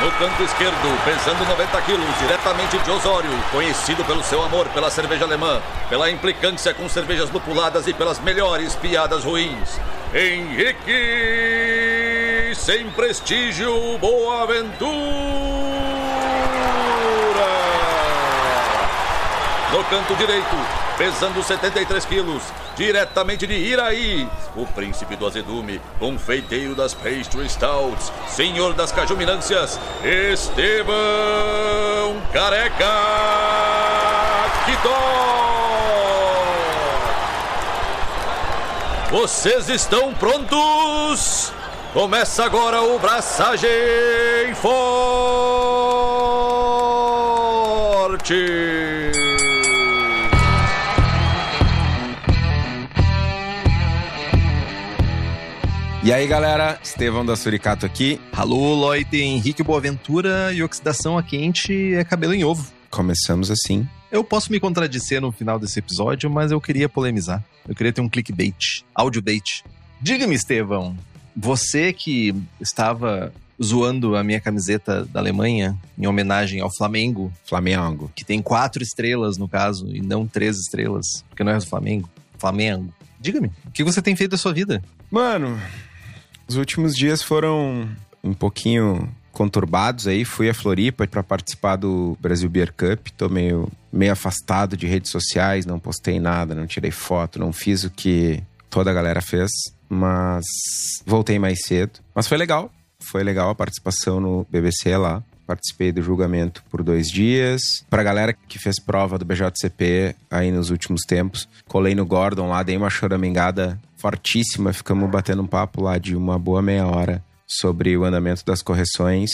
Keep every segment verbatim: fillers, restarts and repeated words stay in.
No canto esquerdo, pesando noventa quilos, diretamente de Osório, conhecido pelo seu amor pela cerveja alemã, pela implicância com cervejas lupuladas e pelas melhores piadas ruins, Henrique Sem Prestígio Boaventura. No canto direito, pesando setenta e três quilos, diretamente de Iraí, o príncipe do azedume, confeiteiro das pastry stouts, senhor das cajuminâncias, Estevão Careca Quitó. Vocês estão prontos? Começa agora o Braçagem Forte. E aí, galera, Estevão da Suricato aqui. Alô, Lloyd, Henrique Boaventura, e oxidação a quente é cabelo em ovo. Começamos assim. Eu posso me contradizer no final desse episódio, mas eu queria polemizar. Eu queria ter um clickbait, áudio bait. Diga-me, Estevão, você que estava zoando a minha camiseta da Alemanha em homenagem ao Flamengo. Flamengo. Que tem quatro estrelas, no caso, e não três estrelas, porque não é do Flamengo. Flamengo. Diga-me, o que você tem feito da sua vida? Mano, os últimos dias foram um pouquinho conturbados aí. Fui a Floripa para participar do Brasil Beer Cup. Tô meio, meio afastado de redes sociais, não postei nada, não tirei foto, não fiz o que toda a galera fez. Mas voltei mais cedo. Mas foi legal. Foi legal a participação no B B C lá. Participei do julgamento por dois dias. Pra galera que fez prova do B J C P aí nos últimos tempos, colei no Gordon lá, dei uma choramingada fortíssima. Ficamos batendo um papo lá de uma boa meia hora sobre o andamento das correções.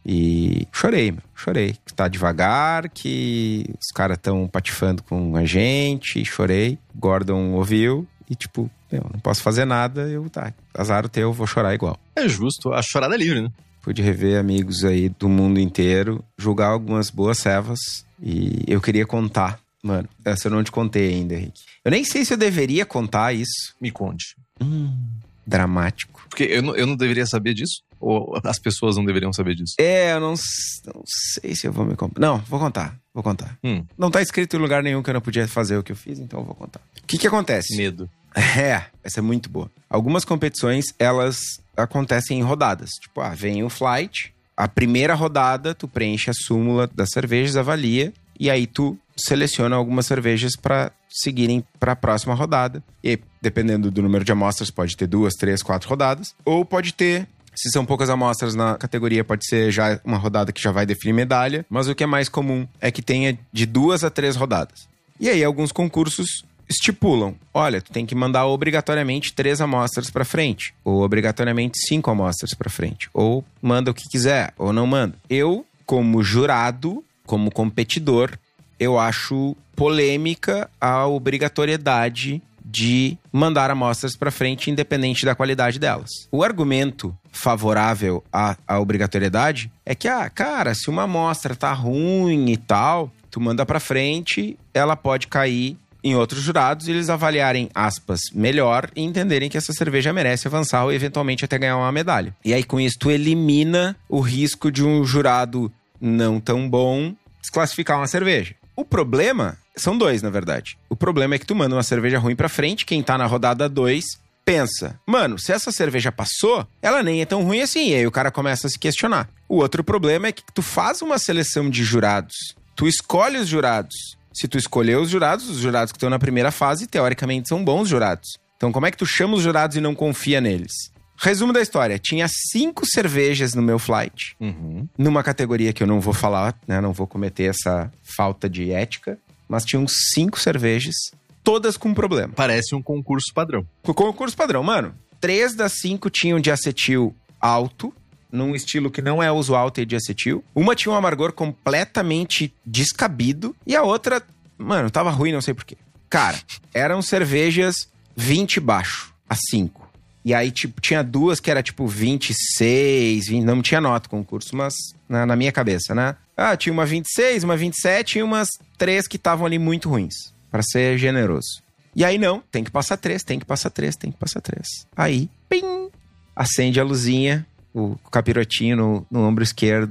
E chorei, meu. Chorei. Que tá devagar, que os caras tão patifando com a gente. Chorei. Gordon ouviu e tipo, eu não posso fazer nada. Eu, tá, azar o teu, vou chorar igual. É justo, a chorada é livre, né? Pude rever amigos aí do mundo inteiro, julgar algumas boas cevas. E eu queria contar. Mano, essa eu não te contei ainda, Henrique. Eu nem sei se eu deveria contar isso. Me conte. Hum, dramático. Porque eu não, eu não deveria saber disso? Ou as pessoas não deveriam saber disso? É, eu não, não sei se eu vou me contar. Não, vou contar, vou contar. Hum. Não tá escrito em lugar nenhum que eu não podia fazer o que eu fiz, então eu vou contar. O que que acontece? Medo. É, essa é muito boa. Algumas competições, elas acontecem em rodadas. Tipo, ah, vem o flight, a primeira rodada, tu preenche a súmula das cervejas, avalia, e aí tu seleciona algumas cervejas para seguirem para a próxima rodada. E aí, dependendo do número de amostras, pode ter duas, três, quatro rodadas. Ou pode ter, se são poucas amostras na categoria, pode ser já uma rodada que já vai definir medalha. Mas o que é mais comum é que tenha de duas a três rodadas. E aí, alguns concursos estipulam, olha, tu tem que mandar obrigatoriamente três amostras pra frente, ou obrigatoriamente cinco amostras pra frente, ou manda o que quiser, ou não manda. Eu, como jurado, como competidor, eu acho polêmica a obrigatoriedade de mandar amostras pra frente, independente da qualidade delas. O argumento favorável à, à obrigatoriedade é que, ah, cara, se uma amostra tá ruim e tal, tu manda pra frente, ela pode cair em outros jurados e eles avaliarem, aspas, melhor e entenderem que essa cerveja merece avançar ou eventualmente até ganhar uma medalha. E aí com isso tu elimina o risco de um jurado não tão bom desclassificar uma cerveja. O problema, são dois na verdade. O problema é que tu manda uma cerveja ruim pra frente, quem tá na rodada dois pensa, mano, se essa cerveja passou, ela nem é tão ruim assim. E aí o cara começa a se questionar. O outro problema é que tu faz uma seleção de jurados, tu escolhe os jurados. Se tu escolher os jurados, os jurados que estão na primeira fase, teoricamente são bons jurados. Então como é que tu chama os jurados e não confia neles? Resumo da história, tinha cinco cervejas no meu flight, uhum. numa categoria que eu não vou falar, né? Não vou cometer essa falta de ética, mas tinham cinco cervejas, todas com problema. Parece um concurso padrão. Com concurso padrão, mano. Três das cinco tinham de acetil alto, num estilo que não é usual ter de acetil. Uma tinha um amargor completamente descabido. E a outra, mano, tava ruim, não sei porquê. Cara, eram cervejas vinte baixo, a cinco. E aí, tipo, tinha duas que era, tipo, vinte e seis, vinte, não tinha nota o concurso, mas na, na minha cabeça, né? Ah, tinha uma vinte e seis, uma vinte e sete e umas três que estavam ali muito ruins, pra ser generoso. E aí, não, tem que passar três, tem que passar três, tem que passar três. Aí, pim, acende a luzinha, o capirotinho no, no ombro esquerdo.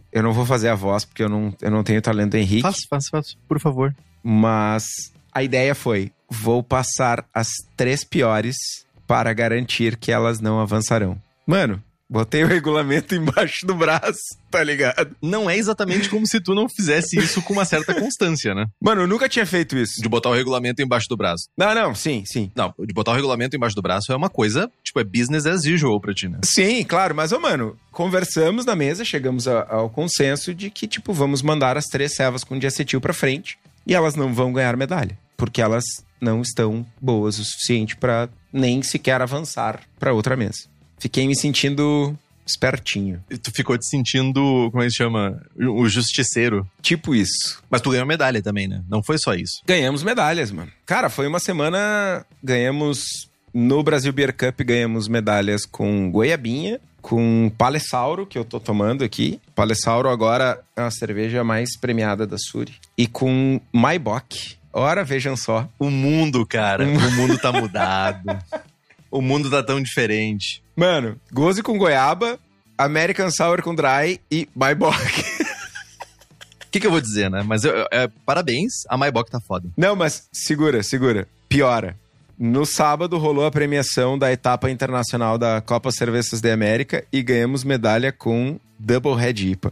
Eu não vou fazer a voz, porque eu não, eu não tenho talento do Henrique. Faça, faça, faça, por favor. Mas a ideia foi, vou passar as três piores para garantir que elas não avançarão. Mano, botei o regulamento embaixo do braço, tá ligado? Não é exatamente como se tu não fizesse isso com uma certa constância, né? Mano, eu nunca tinha feito isso. De botar o regulamento embaixo do braço. Não, não, sim, sim. Não, de botar o regulamento embaixo do braço é uma coisa, tipo, é business as usual pra ti, né? Sim, claro, mas, ô, mano, conversamos na mesa, chegamos a, ao consenso de que, tipo, vamos mandar as três cevas com diacetil pra frente e elas não vão ganhar medalha, porque elas não estão boas o suficiente pra nem sequer avançar pra outra mesa. Fiquei me sentindo espertinho. E tu ficou te sentindo, como é que se chama? O justiceiro. Tipo isso. Mas tu ganhou medalha também, né? Não foi só isso. Ganhamos medalhas, mano. Cara, foi uma semana... Ganhamos... No Brasil Beer Cup, ganhamos medalhas com goiabinha, com Palessauro, que eu tô tomando aqui. Palessauro agora é a cerveja mais premiada da Suri. E com Maibock. Ora, vejam só. O mundo, cara. O mundo tá mudado. O mundo tá tão diferente. Mano, Goze com goiaba, American Sour com dry e Maibock. O que, que eu vou dizer, né? Mas eu, eu, é, parabéns, a Maibock tá foda. Não, mas segura, segura. Piora. No sábado rolou a premiação da etapa internacional da Copa Cervejas de América e ganhamos medalha com Double Red I P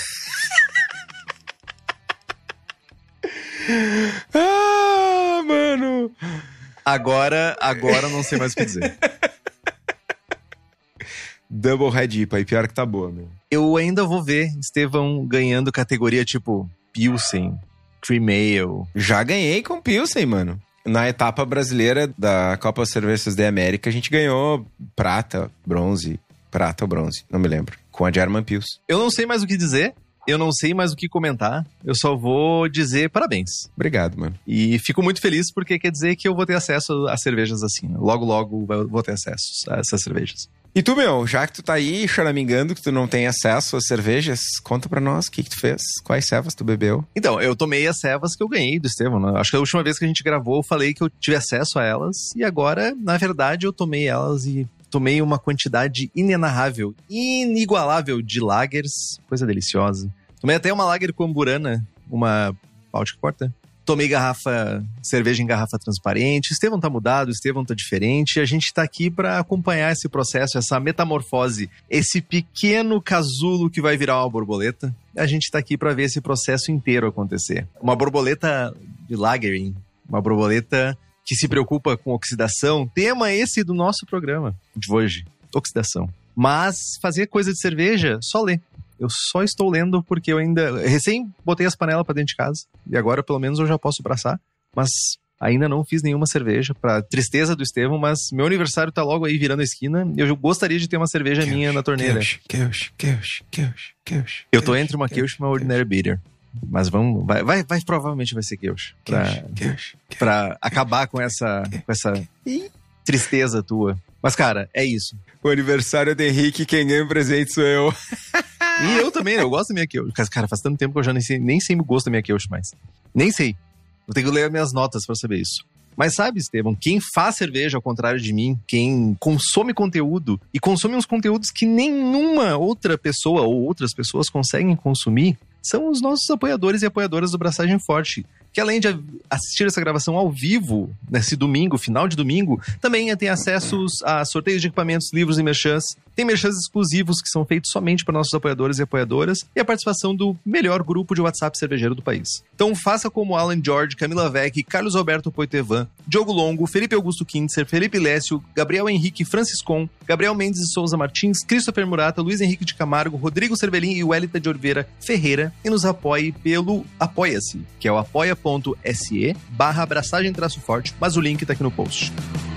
A. Ah, mano... Agora, agora não sei mais o que dizer. Double Red I P A, e pior que tá boa, meu. Eu ainda vou ver Estevão ganhando categoria tipo Pilsen, Cream Ale. Já ganhei com Pilsen, mano. Na etapa brasileira da Copa Cervejas de América, a gente ganhou prata, bronze, prata ou bronze, não me lembro, com a German Pils. Eu não sei mais o que dizer. Eu não sei mais o que comentar, eu só vou dizer parabéns. Obrigado, mano. E fico muito feliz porque quer dizer que eu vou ter acesso a cervejas assim. Logo, logo eu vou ter acesso a essas cervejas. E tu, meu, já que tu tá aí choramingando que tu não tem acesso às cervejas, conta pra nós o que que tu fez, quais cevas tu bebeu. Então, eu tomei as cevas que eu ganhei do Estevão, né? Acho que a última vez que a gente gravou eu falei que eu tive acesso a elas e agora, na verdade, eu tomei elas e... Tomei uma quantidade inenarrável, inigualável de lagers, coisa deliciosa. Tomei até uma lager comburana, uma... Pau que corta. Tomei garrafa, cerveja em garrafa transparente. Estevão tá mudado, Estevão tá diferente. A gente tá aqui pra acompanhar esse processo, essa metamorfose, esse pequeno casulo que vai virar uma borboleta. A gente tá aqui pra ver esse processo inteiro acontecer. Uma borboleta de lagering, uma borboleta... que se preocupa com oxidação, tema esse do nosso programa de hoje, oxidação. Mas fazer coisa de cerveja, só ler. Eu só estou lendo porque eu ainda... Recém botei as panelas para dentro de casa, e agora pelo menos eu já posso braçar, mas ainda não fiz nenhuma cerveja, pra tristeza do Estevão, mas meu aniversário tá logo aí virando a esquina, e eu gostaria de ter uma cerveja Keush, minha na torneira. Keush, Keush, Keush, Keush, Keush. Eu tô entre uma Keush e uma Ordinary Bitter. Mas vamos, vai, vai, vai, provavelmente vai ser Keush. Pra, Keush, pra acabar com essa, com essa tristeza tua. Mas, cara, é isso. O aniversário do Henrique, quem ganha o presente sou eu. E eu também, eu gosto da minha Keush. Cara, faz tanto tempo que eu já nem sei, nem sei o gosto da minha Keush mais. Nem sei. Vou ter que ler as minhas notas pra saber isso. Mas sabe, Estevão, quem faz cerveja ao contrário de mim, quem consome conteúdo, e consome uns conteúdos que nenhuma outra pessoa ou outras pessoas conseguem consumir, são os nossos apoiadores e apoiadoras do Braçagem Forte, que além de assistir essa gravação ao vivo, nesse domingo, final de domingo, também tem acessos a sorteios de equipamentos, livros e merchans. Tem merchans exclusivos que são feitos somente para nossos apoiadores e apoiadoras e a participação do melhor grupo de WhatsApp cervejeiro do país. Então faça como Alan George, Camila Vec, Carlos Alberto Poitevin, Diogo Longo, Felipe Augusto Kintzer, Felipe Lécio, Gabriel Henrique Franciscon, Gabriel Mendes de Souza Martins, Christopher Murata, Luiz Henrique de Camargo, Rodrigo Cervelin e Welita de Oliveira Ferreira e nos apoie pelo Apoia-se, que é o apoia.se barra abraçagem traço forte, mas o link tá aqui no post.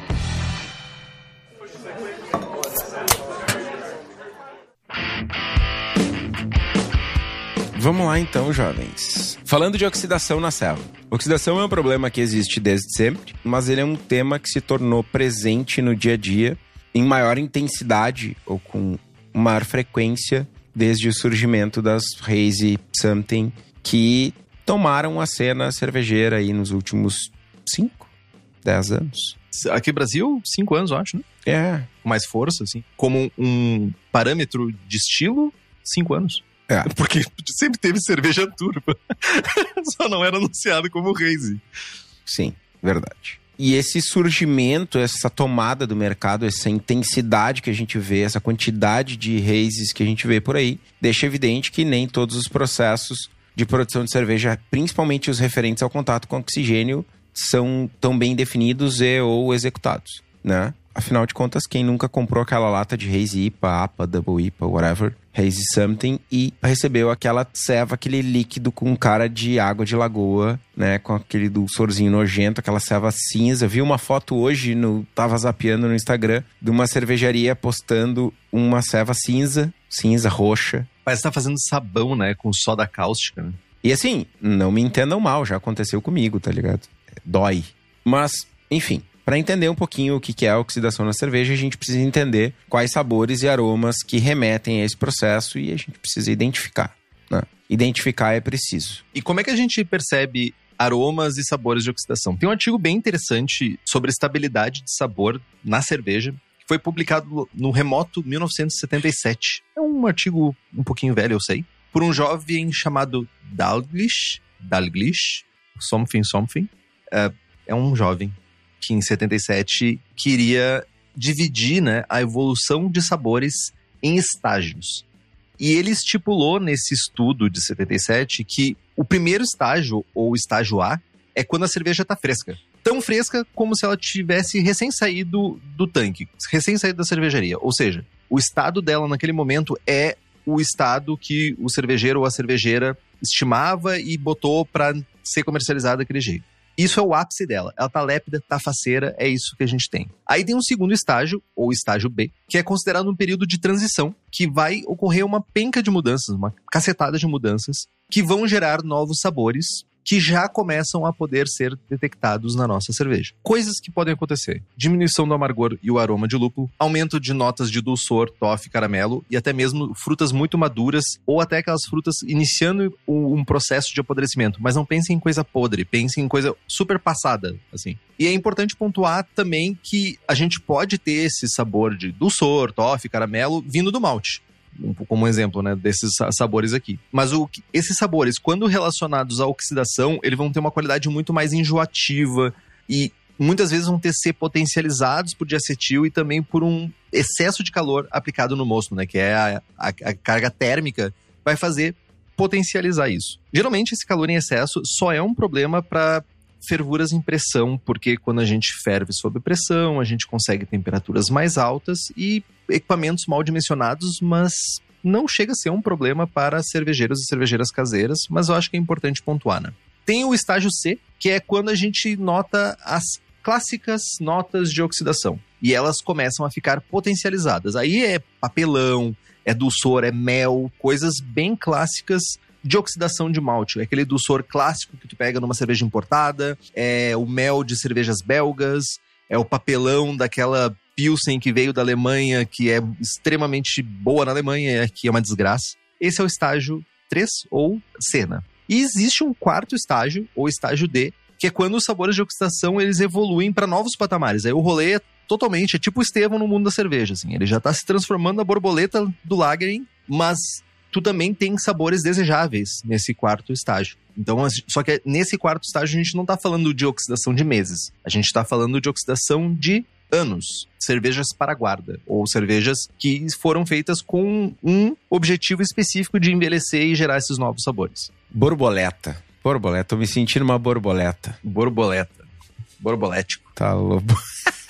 Vamos lá então, jovens. Falando de oxidação na célula. Oxidação é um problema que existe desde sempre, mas ele é um tema que se tornou presente no dia a dia em maior intensidade ou com maior frequência desde o surgimento das Hazy Something que tomaram a cena cervejeira aí nos últimos cinco, dez anos. Aqui no Brasil, cinco anos, eu acho, né? É. Com mais força, assim. Como um parâmetro de estilo, cinco anos. É. Porque sempre teve cerveja turva. Só não era anunciado como Hazy. Sim, verdade. E esse surgimento, essa tomada do mercado, essa intensidade que a gente vê, essa quantidade de Hazes que a gente vê por aí, deixa evidente que nem todos os processos de produção de cerveja, principalmente os referentes ao contato com oxigênio, são tão bem definidos e ou executados, né? Afinal de contas, quem nunca comprou aquela lata de Hazy I P A, A P A, Double I P A, whatever, Hazy Something, e recebeu aquela ceva, aquele líquido com cara de água de lagoa, né? Com aquele dulçorzinho nojento, aquela ceva cinza. Vi uma foto hoje, no, tava zapeando no Instagram, de uma cervejaria postando uma ceva cinza, cinza roxa. Parece que tá fazendo sabão, né? Com soda cáustica, né? E assim, não me entendam mal, já aconteceu comigo, tá ligado? Dói. Mas, enfim... Para entender um pouquinho o que é a oxidação na cerveja, a gente precisa entender quais sabores e aromas que remetem a esse processo e a gente precisa identificar, né? Identificar é preciso. E como é que a gente percebe aromas e sabores de oxidação? Tem um artigo bem interessante sobre estabilidade de sabor na cerveja, que foi publicado no remoto mil novecentos e setenta e sete. É um artigo um pouquinho velho, eu sei, por um jovem chamado Dalglish, Dalglish, something, something. É, é um jovem que em setenta e sete queria dividir, né, a evolução de sabores em estágios. E ele estipulou nesse estudo de setenta e sete que o primeiro estágio, ou estágio A, é quando a cerveja está fresca. Tão fresca como se ela tivesse recém saído do tanque, recém saído da cervejaria. Ou seja, o estado dela naquele momento é o estado que o cervejeiro ou a cervejeira estimava e botou para ser comercializado daquele jeito. Isso é o ápice dela. Ela tá lépida, tá faceira, é isso que a gente tem. Aí tem um segundo estágio, ou estágio B, que é considerado um período de transição, que vai ocorrer uma penca de mudanças, uma cacetada de mudanças, que vão gerar novos sabores, que já começam a poder ser detectados na nossa cerveja. Coisas que podem acontecer: diminuição do amargor e o aroma de lúpulo, aumento de notas de dulçor, toffee, caramelo e até mesmo frutas muito maduras ou até aquelas frutas iniciando um processo de apodrecimento. Mas não pensem em coisa podre, pensem em coisa super passada, assim. E é importante pontuar também que a gente pode ter esse sabor de dulçor, toffee, caramelo vindo do malte, como um exemplo, né, desses sabores aqui. Mas o, esses sabores, quando relacionados à oxidação, eles vão ter uma qualidade muito mais enjoativa e muitas vezes vão ter ser potencializados por diacetil e também por um excesso de calor aplicado no mosto, né, que é a, a, a carga térmica, vai fazer potencializar isso. Geralmente esse calor em excesso só é um problema para fervuras em pressão, porque quando a gente ferve sob pressão, a gente consegue temperaturas mais altas e equipamentos mal dimensionados, mas não chega a ser um problema para cervejeiros e cervejeiras caseiras, mas eu acho que é importante pontuar, né? Tem o estágio C, que é quando a gente nota as clássicas notas de oxidação, e elas começam a ficar potencializadas. Aí é papelão, é dulçor, é mel, coisas bem clássicas de oxidação de malte. É aquele dulçor clássico que tu pega numa cerveja importada, é o mel de cervejas belgas, é o papelão daquela Pilsen que veio da Alemanha, que é extremamente boa na Alemanha, que é uma desgraça. Esse é o estágio três, ou C, né? E existe um quarto estágio, ou estágio D, que é quando os sabores de oxidação eles evoluem para novos patamares. Aí o rolê é totalmente, é tipo o Estevão no mundo da cerveja, assim. Ele já está se transformando na borboleta do Lagering, mas tu também tem sabores desejáveis nesse quarto estágio. Então, só que nesse quarto estágio a gente não está falando de oxidação de meses. A gente está falando de oxidação de anos. Cervejas para guarda, ou cervejas que foram feitas com um objetivo específico de envelhecer e gerar esses novos sabores. Borboleta. Borboleta, tô me sentindo uma borboleta. Borboleta. Borbolético. Tá louco.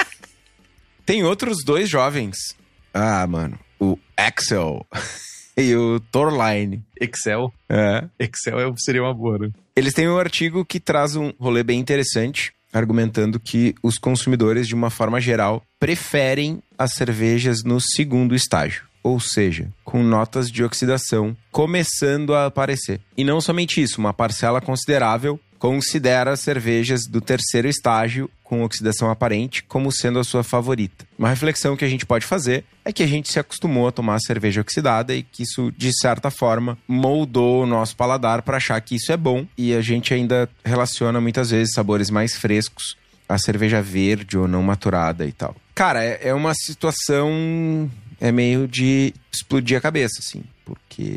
Tem outros dois jovens. Ah, mano. O Axel e o Thorline. Excel. É. Excel seria uma boa, né? Eles têm um artigo que traz um rolê bem interessante, argumentando que os consumidores, de uma forma geral, preferem as cervejas no segundo estágio. Ou seja, com notas de oxidação começando a aparecer. E não somente isso, uma parcela considerável considera as cervejas do terceiro estágio com oxidação aparente como sendo a sua favorita. Uma reflexão que a gente pode fazer é que a gente se acostumou a tomar cerveja oxidada e que isso, de certa forma, moldou o nosso paladar para achar que isso é bom, e a gente ainda relaciona muitas vezes sabores mais frescos a cerveja verde ou não maturada e tal. Cara, é, é uma situação... é meio de explodir a cabeça, assim, porque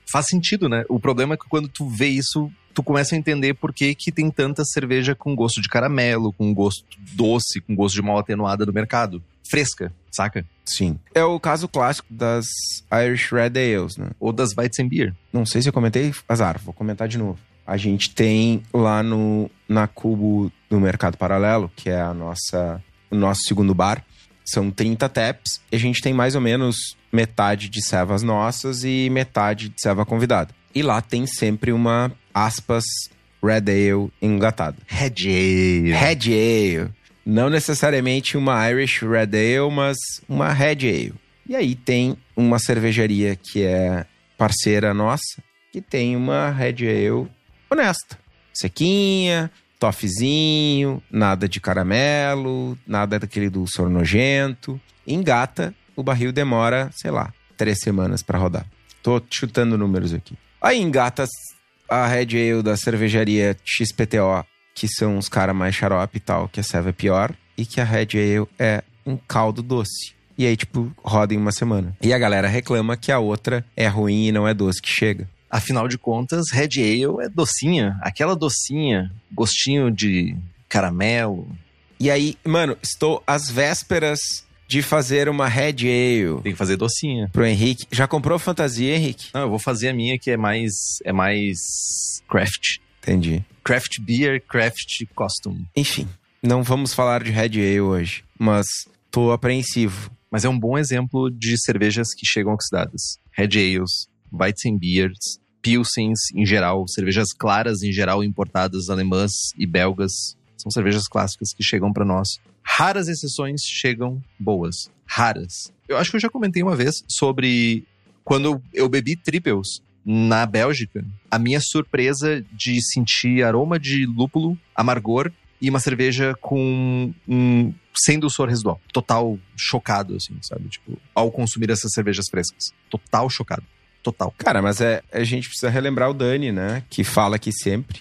faz sentido, né? O problema é que quando tu vê isso, tu começa a entender por que que tem tanta cerveja com gosto de caramelo, com gosto doce, com gosto de mal atenuada no mercado. Fresca, saca? Sim. É o caso clássico das Irish Red Ales, né? Ou das Weizenbier. Não sei se eu comentei, azar, vou comentar de novo. A gente tem lá no, na Cubo do Mercado Paralelo, que é a nossa, o nosso segundo bar, são trinta taps, e a gente tem mais ou menos metade de cevas nossas e metade de ceva convidada. E lá tem sempre uma, aspas, Red Ale engatada. Red Ale. Red Ale. Não necessariamente uma Irish Red Ale, mas uma Red Ale. E aí tem uma cervejaria que é parceira nossa, que tem uma Red Ale honesta. Sequinha, toffezinho, nada de caramelo, nada daquele dulçor nojento. Engata, o barril demora, sei lá, três semanas pra rodar. Tô chutando números aqui. Aí engata a Red Ale da cervejaria X P T O, que são os caras mais xarope e tal, que a ceva é pior, e que a Red Ale é um caldo doce. E aí, tipo, roda em uma semana. E a galera reclama que a outra é ruim e não é doce que chega. Afinal de contas, Red Ale é docinha. Aquela docinha, gostinho de caramelo. E aí, mano, estou às vésperas de fazer uma Red Ale. Tem que fazer docinha. Pro Henrique. Já comprou fantasia, Henrique? Não, eu vou fazer a minha que é mais, é mais craft. Entendi. Craft beer, craft costume. Enfim, não vamos falar de Red Ale hoje, mas tô apreensivo. Mas é um bom exemplo de cervejas que chegam oxidadas. Red Ales, Weizenbiers, Pilsens em geral, cervejas claras em geral importadas alemãs e belgas. São cervejas clássicas que chegam pra nós. Raras exceções chegam boas. Raras. Eu acho que eu já comentei uma vez sobre quando eu bebi triples na Bélgica, a minha surpresa de sentir aroma de lúpulo, amargor e uma cerveja com um sem dulçor residual. Total chocado, assim, sabe? Tipo, ao consumir essas cervejas frescas. Total chocado. Total. Cara, mas é, a gente precisa relembrar o Dani, né? Que fala aqui sempre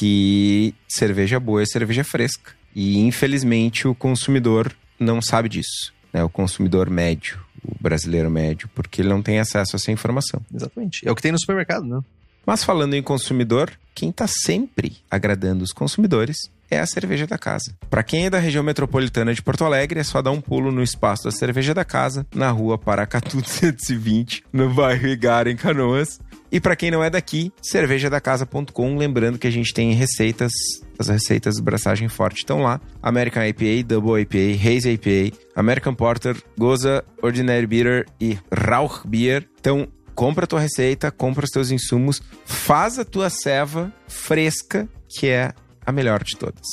que cerveja boa é cerveja fresca. E, infelizmente, o consumidor não sabe disso, né? O consumidor médio, o brasileiro médio, porque ele não tem acesso a essa informação. Exatamente. É o que tem no supermercado, né? Mas falando em consumidor, quem tá sempre agradando os consumidores é a Cerveja da Casa. Para quem é da região metropolitana de Porto Alegre, é só dar um pulo no espaço da Cerveja da Casa, na rua Paracatu duzentos e vinte, no bairro Igara, em Canoas. E para quem não é daqui, cerveja da casa ponto com, lembrando que a gente tem receitas, as receitas do Braçagem Forte estão lá. American I P A, Double I P A, Hazy I P A, American Porter, Goza, Ordinary Bitter e Rauch Beer. Então, compra a tua receita, compra os teus insumos, faz a tua ceva fresca, que é a melhor de todas.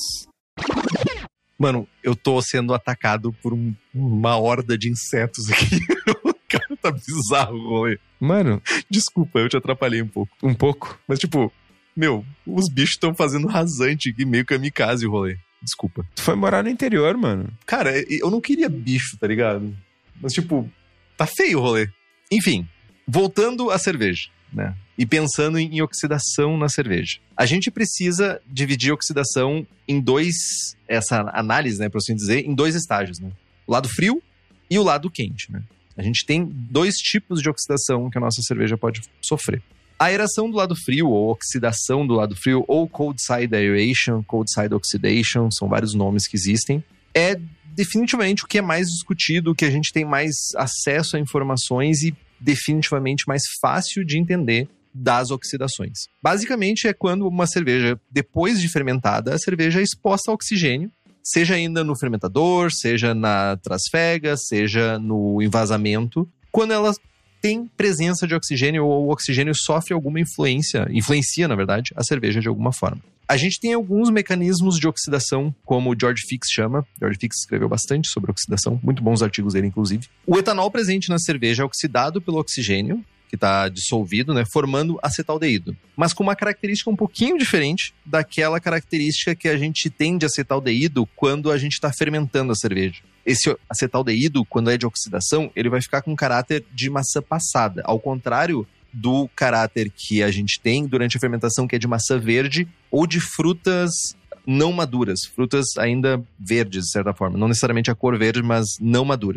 Mano, eu tô sendo atacado por um, uma horda de insetos aqui. O cara tá bizarro, rolê. Mano, desculpa, eu te atrapalhei um pouco. Um pouco? Mas tipo, meu, os bichos estão fazendo rasante aqui, meio kamikaze o rolê. Desculpa. Tu foi morar no interior, mano. Cara, eu não queria bicho, tá ligado? Mas tipo, tá feio o rolê. Enfim, voltando à cerveja, né? E pensando em oxidação na cerveja. A gente precisa dividir a oxidação em dois, essa análise, né, por assim dizer, em dois estágios, né? O lado frio e o lado quente, né? A gente tem dois tipos de oxidação que a nossa cerveja pode sofrer. A aeração do lado frio, ou oxidação do lado frio, ou cold side aeration, cold side oxidation, são vários nomes que existem, é definitivamente o que é mais discutido, o que a gente tem mais acesso a informações e definitivamente mais fácil de entender das oxidações. Basicamente é quando uma cerveja, depois de fermentada, a cerveja é exposta a oxigênio, seja ainda no fermentador, seja na trasfega, seja no envasamento, quando ela tem presença de oxigênio ou o oxigênio sofre alguma influência, influencia, na verdade, a cerveja de alguma forma. A gente tem alguns mecanismos de oxidação, como o George Fix chama. George Fix escreveu bastante sobre oxidação, muito bons artigos dele, inclusive. O etanol presente na cerveja é oxidado pelo oxigênio, que está dissolvido, né, formando acetaldeído. Mas com uma característica um pouquinho diferente daquela característica que a gente tem de acetaldeído quando a gente está fermentando a cerveja. Esse acetaldeído, quando é de oxidação, ele vai ficar com um caráter de maçã passada, ao contrário do caráter que a gente tem durante a fermentação, que é de maçã verde ou de frutas não maduras, frutas ainda verdes, de certa forma. Não necessariamente a cor verde, mas não maduras.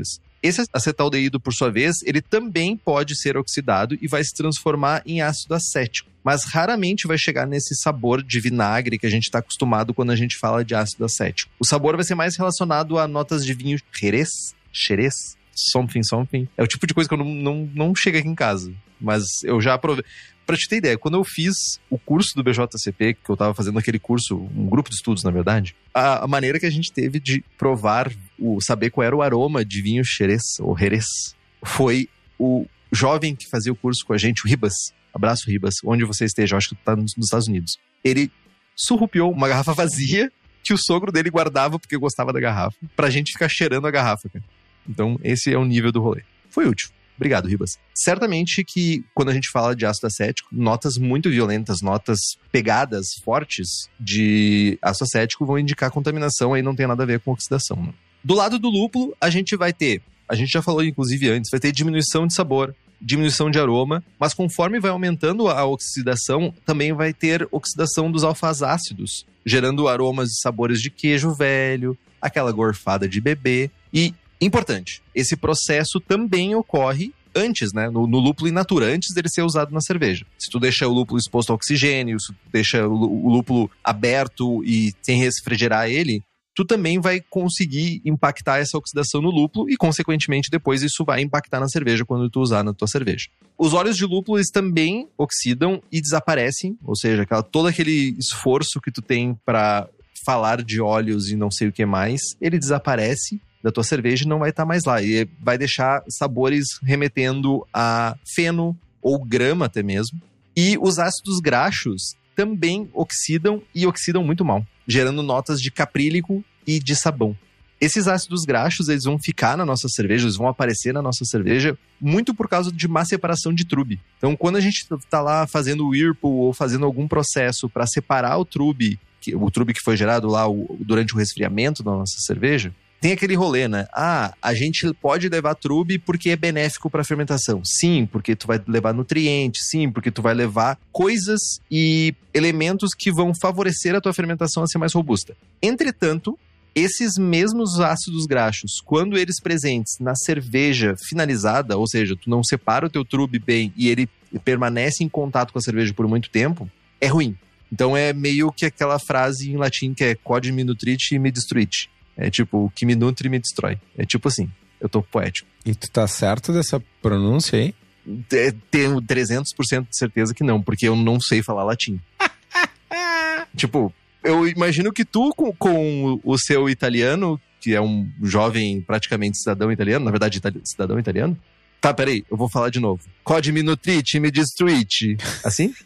Esse acetaldeído, por sua vez, ele também pode ser oxidado e vai se transformar em ácido acético. Mas raramente vai chegar nesse sabor de vinagre que a gente está acostumado quando a gente fala de ácido acético. O sabor vai ser mais relacionado a notas de vinho Jerez, Jerez, something, something. É o tipo de coisa que eu não, não, não chega aqui em casa. Mas eu já provei. Pra te ter ideia, quando eu fiz o curso do B J C P, que eu tava fazendo aquele curso, um grupo de estudos, na verdade, a, a maneira que a gente teve de provar, o, saber qual era o aroma de vinho Jerez, ou Jerez, foi o jovem que fazia o curso com a gente, o Ribas. Abraço, Ribas, onde você esteja, eu acho que tu tá nos, nos Estados Unidos. Ele surrupiou uma garrafa vazia que o sogro dele guardava porque gostava da garrafa, pra gente ficar cheirando a garrafa, cara. Então, esse é o nível do rolê. Foi útil. Obrigado, Ribas. Certamente que, quando a gente fala de ácido acético, notas muito violentas, notas pegadas fortes de ácido acético vão indicar contaminação, aí não tem nada a ver com oxidação. Né? Do lado do lúpulo, a gente vai ter, a gente já falou inclusive antes, vai ter diminuição de sabor, diminuição de aroma, mas conforme vai aumentando a oxidação, também vai ter oxidação dos alfazácidos, gerando aromas e sabores de queijo velho, aquela gorfada de bebê e... Importante, esse processo também ocorre antes, né? No, no lúpulo in natura, antes dele ser usado na cerveja. Se tu deixa o lúpulo exposto ao oxigênio, se tu deixa o, o lúpulo aberto e sem refrigerar ele, tu também vai conseguir impactar essa oxidação no lúpulo e, consequentemente, depois isso vai impactar na cerveja quando tu usar na tua cerveja. Os óleos de lúpulo, eles também oxidam e desaparecem, ou seja, aquela, todo aquele esforço que tu tem para falar de óleos e não sei o que mais, ele desaparece da tua cerveja e não vai estar mais lá. E vai deixar sabores remetendo a feno ou grama até mesmo. E os ácidos graxos também oxidam e oxidam muito mal, gerando notas de caprílico e de sabão. Esses ácidos graxos, eles vão ficar na nossa cerveja, eles vão aparecer na nossa cerveja muito por causa de má separação de trube. Então, quando a gente está lá fazendo o whirlpool ou fazendo algum processo para separar o trube, que, o trube que foi gerado lá o, durante o resfriamento da nossa cerveja, tem aquele rolê, né? Ah, a gente pode levar trube porque é benéfico para a fermentação. Sim, porque tu vai levar nutrientes. Sim, porque tu vai levar coisas e elementos que vão favorecer a tua fermentação a ser mais robusta. Entretanto, esses mesmos ácidos graxos, quando eles presentes na cerveja finalizada, ou seja, tu não separa o teu trube bem e ele permanece em contato com a cerveja por muito tempo, é ruim. Então é meio que aquela frase em latim que é quod me nutrit me destruit. É tipo, o que me nutre me destrói. É tipo assim, eu tô poético. E tu tá certo dessa pronúncia aí? É, tenho trezentos por cento de certeza que não, porque eu não sei falar latim. Tipo, eu imagino que tu, com, com o seu italiano, que é um jovem praticamente cidadão italiano, na verdade, itali- cidadão italiano. Tá, peraí, eu vou falar de novo. Quod me nutrit me destruit. Assim?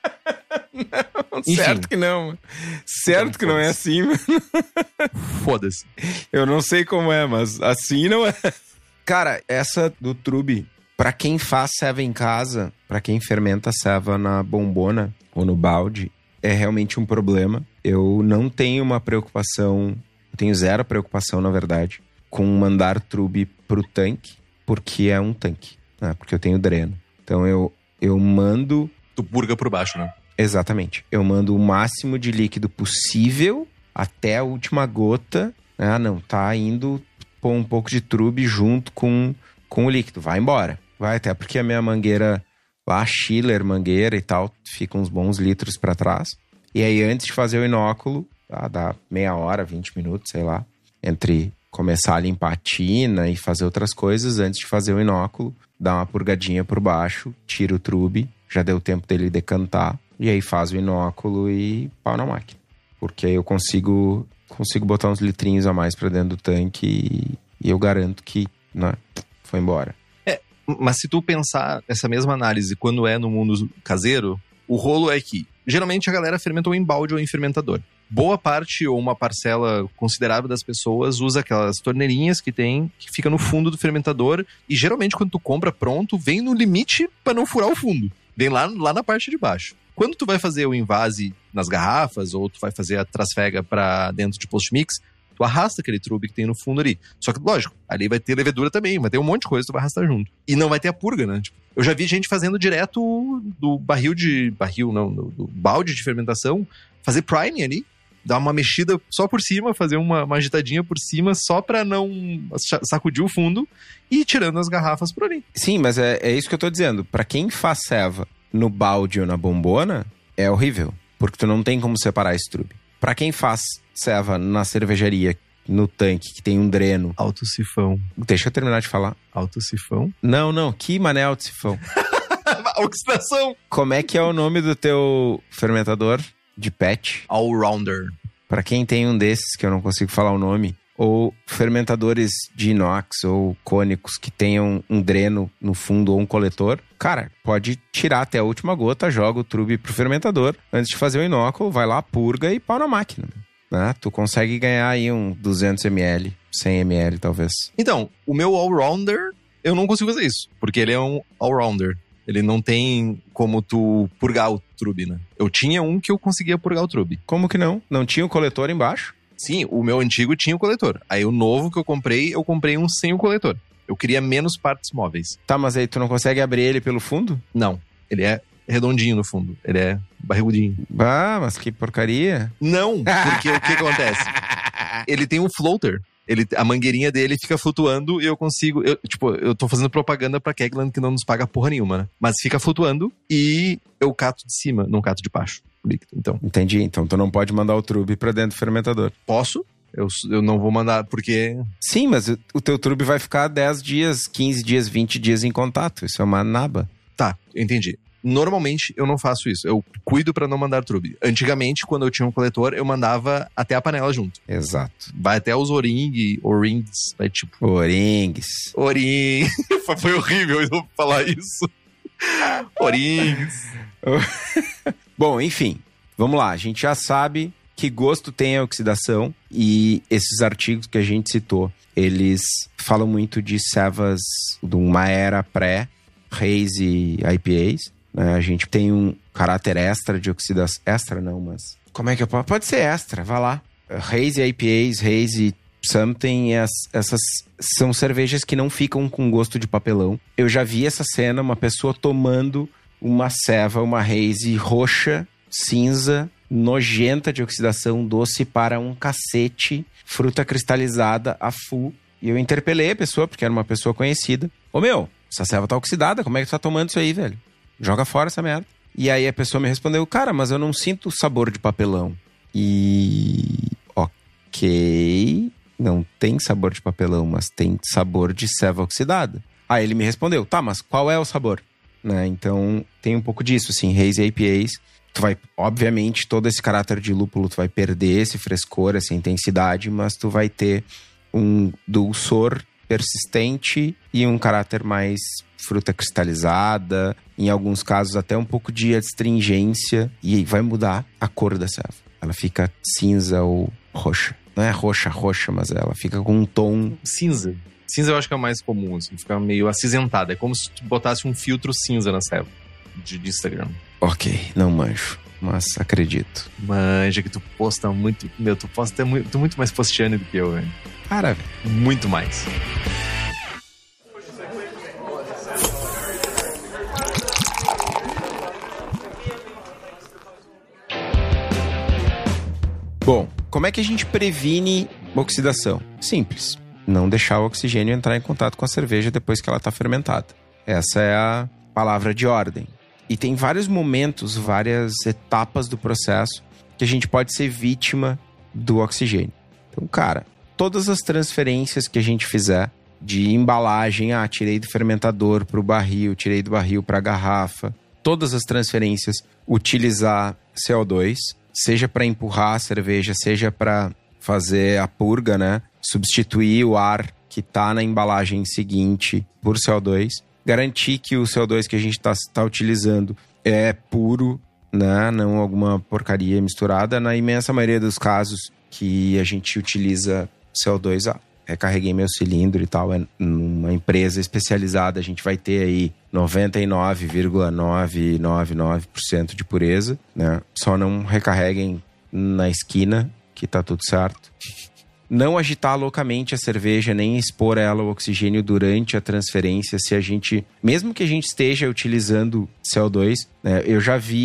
Não, certo que não, mano. Certo então, que não é assim, mano. Foda-se. Eu não sei como é, mas assim não é. Cara, essa do trube, pra quem faz ceva em casa, pra quem fermenta ceva na bombona ou no balde, é realmente um problema. Eu não tenho uma preocupação, eu tenho zero preocupação, na verdade, com mandar trube pro tanque, porque é um tanque, né? Porque eu tenho dreno. Então eu, eu mando... Tu purga por baixo, né? Exatamente. Eu mando o máximo de líquido possível até a última gota. Ah, não, tá indo pôr um pouco de trube junto com, com o líquido. Vai embora. Vai, até porque a minha mangueira lá, Schiller mangueira e tal, fica uns bons litros pra trás. E aí, antes de fazer o inóculo, ah, dá meia hora, vinte minutos, sei lá, entre começar a limpar a tina e fazer outras coisas, antes de fazer o inóculo, dá uma purgadinha por baixo, tira o trube, já deu tempo dele decantar. E aí faz o inóculo e pau na máquina. Porque aí eu consigo, consigo botar uns litrinhos a mais pra dentro do tanque e, e eu garanto que, né, foi embora. É, mas se tu pensar essa mesma análise quando é no mundo caseiro, o rolo é que, geralmente a galera fermenta ou em balde ou em fermentador. Boa parte ou uma parcela considerável das pessoas usa aquelas torneirinhas que tem, que fica no fundo do fermentador. E geralmente quando tu compra pronto, vem no limite pra não furar o fundo. Vem lá, lá na parte de baixo. Quando tu vai fazer o invase nas garrafas, ou tu vai fazer a trasfega pra dentro de post-mix, tu arrasta aquele trube que tem no fundo ali. Só que, lógico, ali vai ter levedura também, vai ter um monte de coisa que tu vai arrastar junto. E não vai ter a purga, né? Tipo, eu já vi gente fazendo direto do barril de... Barril, não, do, do balde de fermentação, fazer priming ali, dar uma mexida só por cima, fazer uma, uma agitadinha por cima, só pra não sacudir o fundo e ir tirando as garrafas por ali. Sim, mas é, é isso que eu tô dizendo. Pra quem faz ceva no balde ou na bombona, é horrível. Porque tu não tem como separar esse trube. Pra quem faz ceva na cervejaria, no tanque, que tem um dreno... Autossifão. Deixa eu terminar de falar. Autossifão? Não, não. Que mané autossifão? Oxidação! Como é que é o nome do teu fermentador de pet? Allrounder. Pra quem tem um desses, que eu não consigo falar o nome, ou fermentadores de inox ou cônicos que tenham um dreno no fundo ou um coletor, cara, pode tirar até a última gota, joga o trube pro fermentador, antes de fazer o inóculo, vai lá, purga e pau na máquina, né? Tu consegue ganhar aí um duzentos mililitros, cem mililitros talvez. Então, o meu Allrounder, eu não consigo fazer isso, porque ele é um Allrounder. Ele não tem como tu purgar o trube, né? Eu tinha um que eu conseguia purgar o trube. Como que não? Não tinha o coletor embaixo? Sim, o meu antigo tinha o coletor. Aí o novo que eu comprei, eu comprei um sem o coletor. Eu queria menos partes móveis. Tá, mas aí tu não consegue abrir ele pelo fundo? Não, ele é redondinho no fundo. Ele é barrigudinho. Ah, mas que porcaria. Não, porque o que acontece? Ele tem um floater. Ele, a mangueirinha dele fica flutuando e eu consigo... Eu, tipo, eu tô fazendo propaganda pra Kegland que não nos paga porra nenhuma, né? Mas fica flutuando e eu cato de cima, não cato de baixo. Líquido, então. Entendi. Então tu não pode mandar o trube pra dentro do fermentador. Posso? Eu, eu não vou mandar porque... Sim, mas o, o teu trube vai ficar dez dias, quinze dias, vinte dias em contato. Isso é uma naba. Tá, entendi. Normalmente eu não faço isso. Eu cuido pra não mandar trube. Antigamente, quando eu tinha um coletor, eu mandava até a panela junto. Exato. Vai até os O-ring, O-rings, vai tipo... O-rings. O-ring. Foi horrível eu falar isso. O-rings. Bom, enfim. Vamos lá. A gente já sabe que gosto tem a oxidação e esses artigos que a gente citou, eles falam muito de cevas de uma era pré-haze e I P As. Né? A gente tem um caráter extra de oxidação. Extra não, mas... Como é que eu posso? Pode ser extra, vai lá. Haze I P As, Haze Something, essas são cervejas que não ficam com gosto de papelão. Eu já vi essa cena, uma pessoa tomando uma ceva, uma haze roxa, cinza, nojenta de oxidação, doce para um cacete, fruta cristalizada a full. E eu interpelei a pessoa, porque era uma pessoa conhecida. Ô meu, essa ceva tá oxidada, como é que tu tá tomando isso aí, velho? Joga fora essa merda. E aí a pessoa me respondeu, cara, mas eu não sinto sabor de papelão. E... ok, não tem sabor de papelão, mas tem sabor de ceva oxidada. Aí ele me respondeu, tá, mas qual é o sabor? Né? Então tem um pouco disso, assim, haze I P As. Tu vai, obviamente, todo esse caráter de lúpulo, tu vai perder esse frescor, essa intensidade, mas tu vai ter um dulçor persistente e um caráter mais fruta cristalizada, em alguns casos até um pouco de astringência, e vai mudar a cor da ceva. Ela fica cinza ou roxa. Não é roxa, roxa, mas ela fica com um tom... Cinza. Cinza eu acho que é o mais comum, assim, fica meio acinzentada. É como se tu botasse um filtro cinza na ceva de, de Instagram. Ok, não manjo, mas acredito. Manja que tu posta muito... Meu, tu posta muito, muito mais postiane do que eu, velho. Cara, muito mais. Bom, como é que a gente previne oxidação? Simples. Não deixar o oxigênio entrar em contato com a cerveja depois que ela está fermentada. Essa é a palavra de ordem. E tem vários momentos, várias etapas do processo que a gente pode ser vítima do oxigênio. Então, cara, todas as transferências que a gente fizer de embalagem, ah, tirei do fermentador para o barril, tirei do barril para a garrafa, todas as transferências, utilizar C O dois, seja para empurrar a cerveja, seja para fazer a purga, né? Substituir o ar que está na embalagem seguinte por C O dois. Garantir que o C O dois que a gente está tá utilizando é puro, né? Não alguma porcaria misturada. Na imensa maioria dos casos que a gente utiliza C O dois, ah, recarreguei meu cilindro e tal, é numa empresa especializada, a gente vai ter aí noventa e nove vírgula novecentos e noventa e nove por cento de pureza, né? Só não recarreguem na esquina, que tá tudo certo. Não agitar loucamente a cerveja, nem expor ela ao oxigênio durante a transferência. Se a gente, mesmo que a gente esteja utilizando C O dois, né, eu já vi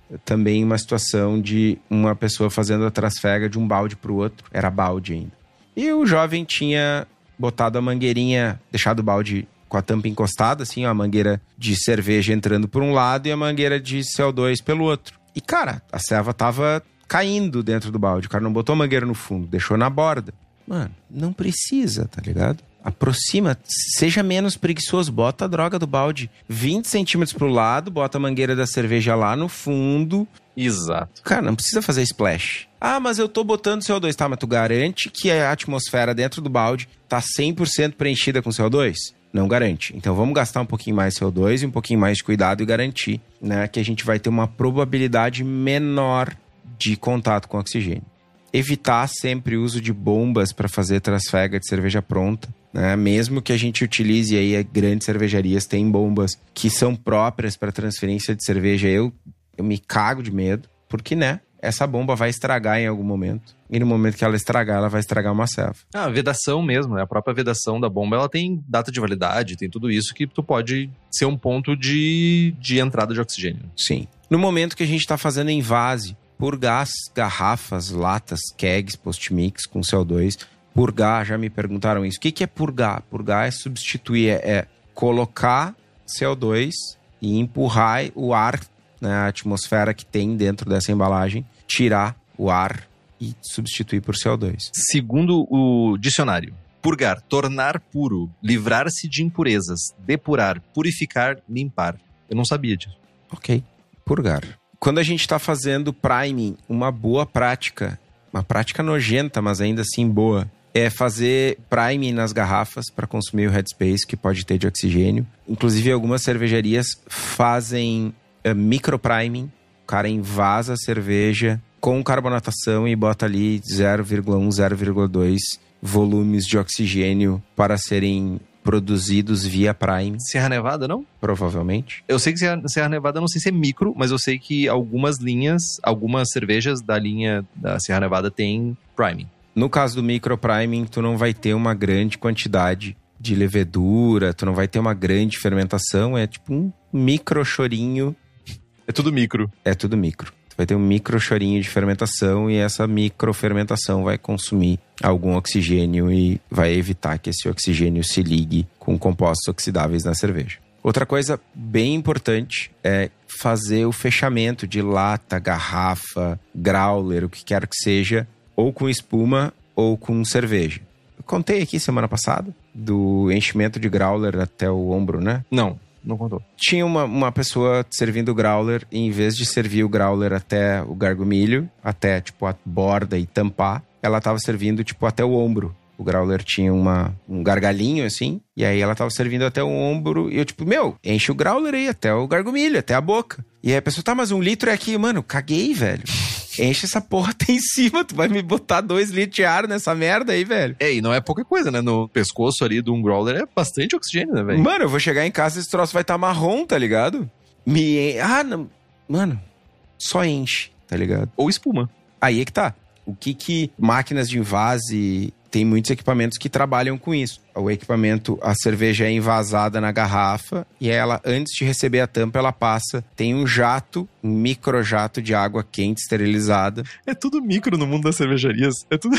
também uma situação de uma pessoa fazendo a trasfega de um balde pro outro. Era balde ainda. E o jovem tinha botado a mangueirinha, deixado o balde com a tampa encostada, assim, ó, a mangueira de cerveja entrando por um lado e a mangueira de C O dois pelo outro. E, cara, a ceva tava caindo dentro do balde. O cara não botou a mangueira no fundo, deixou na borda. Mano, não precisa, tá ligado? Aproxima, seja menos preguiçoso, bota a droga do balde vinte centímetros pro lado, bota a mangueira da cerveja lá no fundo. Exato. Cara, não precisa fazer splash. Ah, mas eu tô botando C O dois. Tá, mas tu garante que a atmosfera dentro do balde tá cem por cento preenchida com C O dois? Não garante. Então vamos gastar um pouquinho mais C O dois e um pouquinho mais de cuidado e garantir, né, que a gente vai ter uma probabilidade menor de contato com oxigênio. Evitar sempre o uso de bombas para fazer trasfega de cerveja pronta, né? Mesmo que a gente utilize aí grandes cervejarias, tem bombas que são próprias para transferência de cerveja. Eu, eu me cago de medo, porque, né, essa bomba vai estragar em algum momento. E no momento que ela estragar, ela vai estragar uma ceva. Ah, a vedação mesmo, né? A própria vedação da bomba, ela tem data de validade, tem tudo isso que tu pode ser um ponto de, de entrada de oxigênio. Sim. No momento que a gente está fazendo envase, purgar garrafas, latas, kegs, post-mix com C O dois. Purgar, já me perguntaram isso. O que, que é purgar? Purgar é substituir, é, é colocar C O dois e empurrar o ar, né, a atmosfera que tem dentro dessa embalagem, tirar o ar e substituir por C O dois. Segundo o dicionário, purgar, tornar puro, livrar-se de impurezas, depurar, purificar, limpar. Eu não sabia disso. Ok, purgar. Quando a gente está fazendo priming, uma boa prática, uma prática nojenta, mas ainda assim boa, é fazer priming nas garrafas para consumir o headspace que pode ter de oxigênio. Inclusive, algumas cervejarias fazem uh, micropriming. O cara envasa a cerveja com carbonatação e bota ali zero vírgula um, zero vírgula dois volumes de oxigênio para serem produzidos via Prime. Serra Nevada, não? Provavelmente. Eu sei que Serra, Serra Nevada, não sei se é micro, mas eu sei que algumas linhas, algumas cervejas da linha da Serra Nevada tem priming. No caso do micro priming, tu não vai ter uma grande quantidade de levedura, tu não vai ter uma grande fermentação, é tipo um micro chorinho. É tudo micro. É tudo micro. Vai ter um micro chorinho de fermentação e essa microfermentação vai consumir algum oxigênio e vai evitar que esse oxigênio se ligue com compostos oxidáveis na cerveja. Outra coisa bem importante é fazer o fechamento de lata, garrafa, growler, o que quer que seja, ou com espuma ou com cerveja. Eu contei aqui semana passada do enchimento de growler até o ombro, né? Não. Não contou. Tinha uma, uma pessoa servindo o growler e em vez de servir o growler até o gargumilho, até tipo a borda e tampar, ela tava servindo tipo até o ombro. O growler tinha uma, um gargalhinho assim, e aí ela tava servindo até o ombro e eu tipo, meu, enche o growler aí até o gargumilho, até a boca. E aí a pessoa, tá, mas um litro é aqui. Mano, caguei, velho. Enche essa porra até em cima, tu vai me botar dois litros de ar nessa merda aí, velho. É, e não é pouca coisa, né? No pescoço ali de um growler é bastante oxigênio, né, velho? Mano, eu vou chegar em casa e esse troço vai estar tá marrom, tá ligado? Me en... Ah, não. Mano, só enche, tá ligado? Ou espuma. Aí é que tá. O que que máquinas de envase... Tem muitos equipamentos que trabalham com isso. O equipamento, a cerveja é envasada na garrafa e ela, antes de receber a tampa, ela passa. Tem um jato, um microjato de água quente esterilizada. É tudo micro no mundo das cervejarias. É tudo...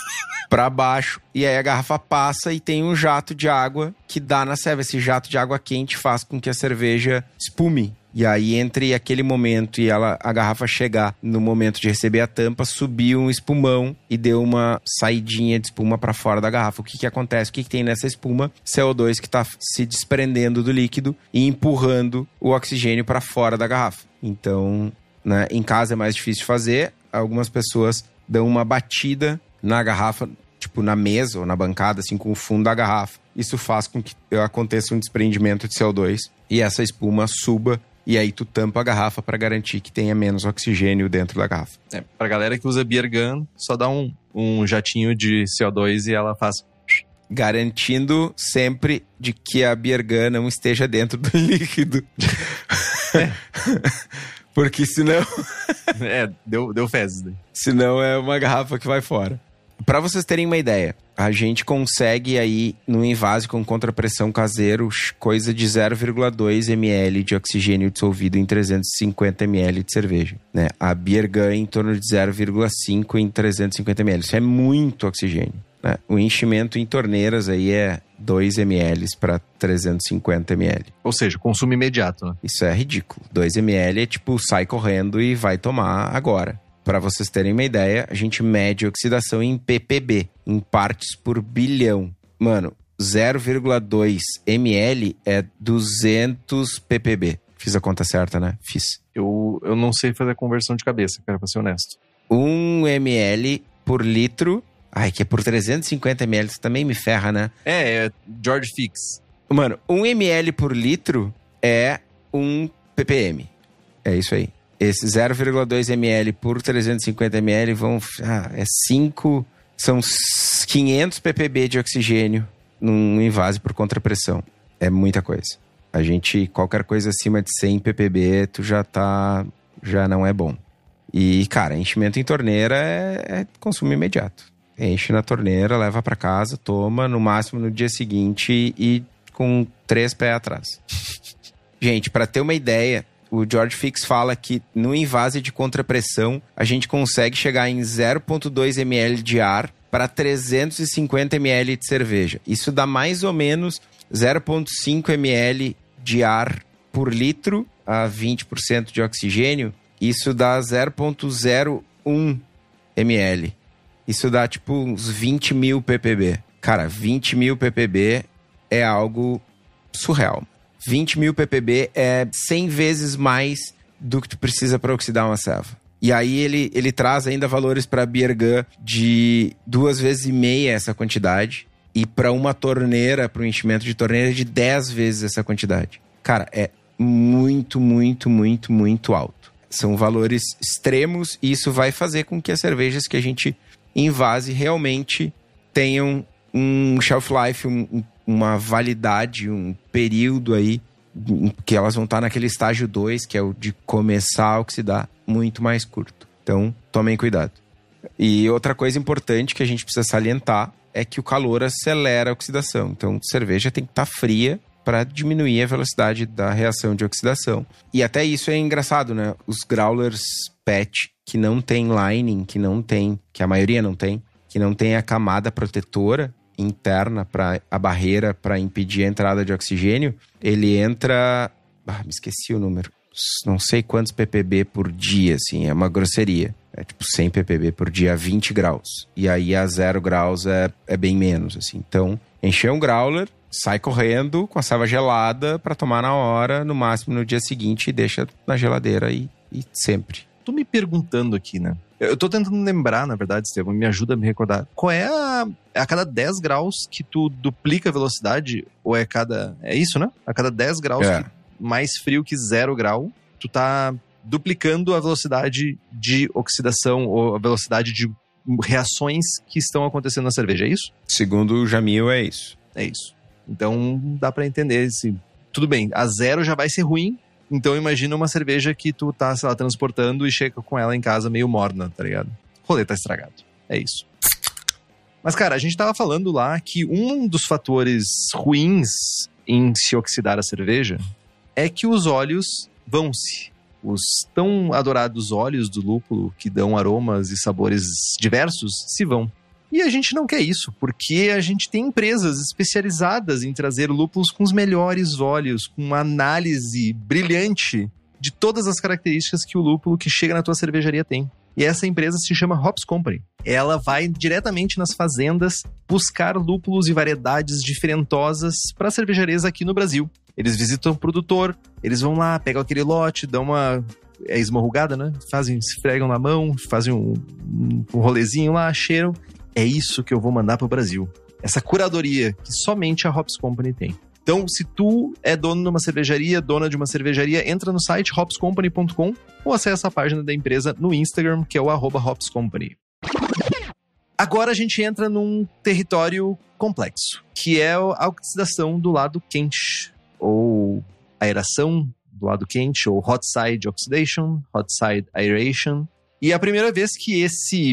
Pra baixo. E aí a garrafa passa e tem um jato de água que dá na cerveja. Esse jato de água quente faz com que a cerveja espume. E aí, entre aquele momento e ela, a garrafa chegar no momento de receber a tampa, subiu um espumão e deu uma saidinha de espuma para fora da garrafa. O que que acontece? O que que tem nessa espuma? C O dois que tá se desprendendo do líquido e empurrando o oxigênio para fora da garrafa. Então, né, em casa é mais difícil de fazer. Algumas pessoas dão uma batida na garrafa, tipo na mesa ou na bancada, assim, com o fundo da garrafa. Isso faz com que aconteça um desprendimento de C O dois e essa espuma suba. E aí tu tampa a garrafa para garantir que tenha menos oxigênio dentro da garrafa. É, pra galera que usa beer gun, só dá um, um jatinho de C O dois e ela faz... Garantindo sempre de que a beer gun não esteja dentro do líquido. É. Porque senão... é, deu, deu fezes. Né? Senão é uma garrafa que vai fora. Para vocês terem uma ideia, a gente consegue aí, no invase com contrapressão caseiro, coisa de zero vírgula dois mililitros de oxigênio dissolvido em trezentos e cinquenta mililitros de cerveja, né? A Beer Gun em torno de zero vírgula cinco em trezentos e cinquenta mililitros. Isso é muito oxigênio, né? O enchimento em torneiras aí é dois mililitros para trezentos e cinquenta mililitros. Ou seja, consumo imediato, né? Isso é ridículo. dois mililitros é tipo, sai correndo e vai tomar agora. Para vocês terem uma ideia, a gente mede oxidação em P P B, em partes por bilhão. Mano, zero vírgula dois mililitros é duzentos ppb. Fiz a conta certa, né? Fiz. Eu, eu não sei fazer a conversão de cabeça, cara, pra ser honesto. um mililitro por litro... Ai, que é por trezentos e cinquenta mililitros, também me ferra, né? É, é George Fix. Mano, um mililitro por litro é um ppm. É isso aí. Esse zero vírgula dois mililitros por trezentos e cinquenta mililitros vão... Ah, é cinco... São quinhentos ppb de oxigênio num invase por contrapressão. É muita coisa. A gente, qualquer coisa acima de cem ppb, tu já tá... Já não é bom. E, cara, enchimento em torneira é, é consumo imediato. Enche na torneira, leva pra casa, toma, no máximo no dia seguinte e com três pés atrás. Gente, pra ter uma ideia... O George Fix fala que no invase de contrapressão, a gente consegue chegar em zero vírgula dois mililitros de ar para trezentos e cinquenta mililitros de cerveja. Isso dá mais ou menos zero vírgula cinco mililitros de ar por litro a vinte por cento de oxigênio. Isso dá zero vírgula zero um mililitros. Isso dá tipo uns vinte mil ppb. Cara, vinte mil ppb é algo surreal. vinte mil ppb é cem vezes mais do que tu precisa para oxidar uma ceva. E aí ele, ele traz ainda valores para Beer Gun de duas vezes e meia essa quantidade. E para uma torneira, para um enchimento de torneira, de dez vezes essa quantidade. Cara, é muito, muito, muito, muito alto. São valores extremos e isso vai fazer com que as cervejas que a gente invase realmente tenham um shelf life, um, um uma validade, um período aí que elas vão estar naquele estágio dois, que é o de começar a oxidar, muito mais curto. Então, tomem cuidado. E outra coisa importante que a gente precisa salientar é que o calor acelera a oxidação. Então, cerveja tem que estar fria para diminuir a velocidade da reação de oxidação. E até isso é engraçado, né? Os growlers P E T que não tem lining, que não tem, que a maioria não tem, que não tem a camada protetora interna para a barreira para impedir a entrada de oxigênio, ele entra, ah, me esqueci o número, não sei quantos ppb por dia, assim, é uma grosseria. É tipo cem ppb por dia a vinte graus. E aí a zero graus é, é bem menos, assim. Então, encher um growler, sai correndo com a ceva gelada para tomar na hora, no máximo no dia seguinte, e deixa na geladeira e, e sempre. Tô me perguntando aqui, né? Eu tô tentando lembrar, na verdade, Estevam, me ajuda a me recordar. Qual é a... É a cada dez graus que tu duplica a velocidade? Ou é cada... É isso, né? A cada dez graus, é. que, mais frio que zero grau, tu tá duplicando a velocidade de oxidação ou a velocidade de reações que estão acontecendo na cerveja, é isso? Segundo o Jamil, é isso. É isso. Então, dá pra entender se... Tudo bem, a zero já vai ser ruim. Então imagina uma cerveja que tu tá, sei lá, transportando e chega com ela em casa meio morna, tá ligado? O rolê tá estragado. É isso. Mas, cara, a gente tava falando lá que um dos fatores ruins em se oxidar a cerveja é que os óleos vão-se. Os tão adorados óleos do lúpulo, que dão aromas e sabores diversos, se vão. E a gente não quer isso, porque a gente tem empresas especializadas em trazer lúpulos com os melhores óleos, com uma análise brilhante de todas as características que o lúpulo que chega na tua cervejaria tem. E essa empresa se chama Hops Company. Ela vai diretamente nas fazendas buscar lúpulos e variedades diferentosas para cervejarias aqui no Brasil. Eles visitam o produtor, eles vão lá, pegam aquele lote, dão uma... É esmorrugada, né? Fazem, se fregam na mão, fazem um, um rolezinho lá, cheiram. É isso que eu vou mandar pro Brasil. Essa curadoria que somente a Hops Company tem. Então, se tu é dono de uma cervejaria, dona de uma cervejaria, entra no site hops company ponto com ou acessa a página da empresa no Instagram, que é o arroba Hops Company. Agora a gente entra num território complexo, que é a oxidação do lado quente, ou aeração do lado quente, ou hot side oxidation, hot side aeration. E é a primeira vez que esse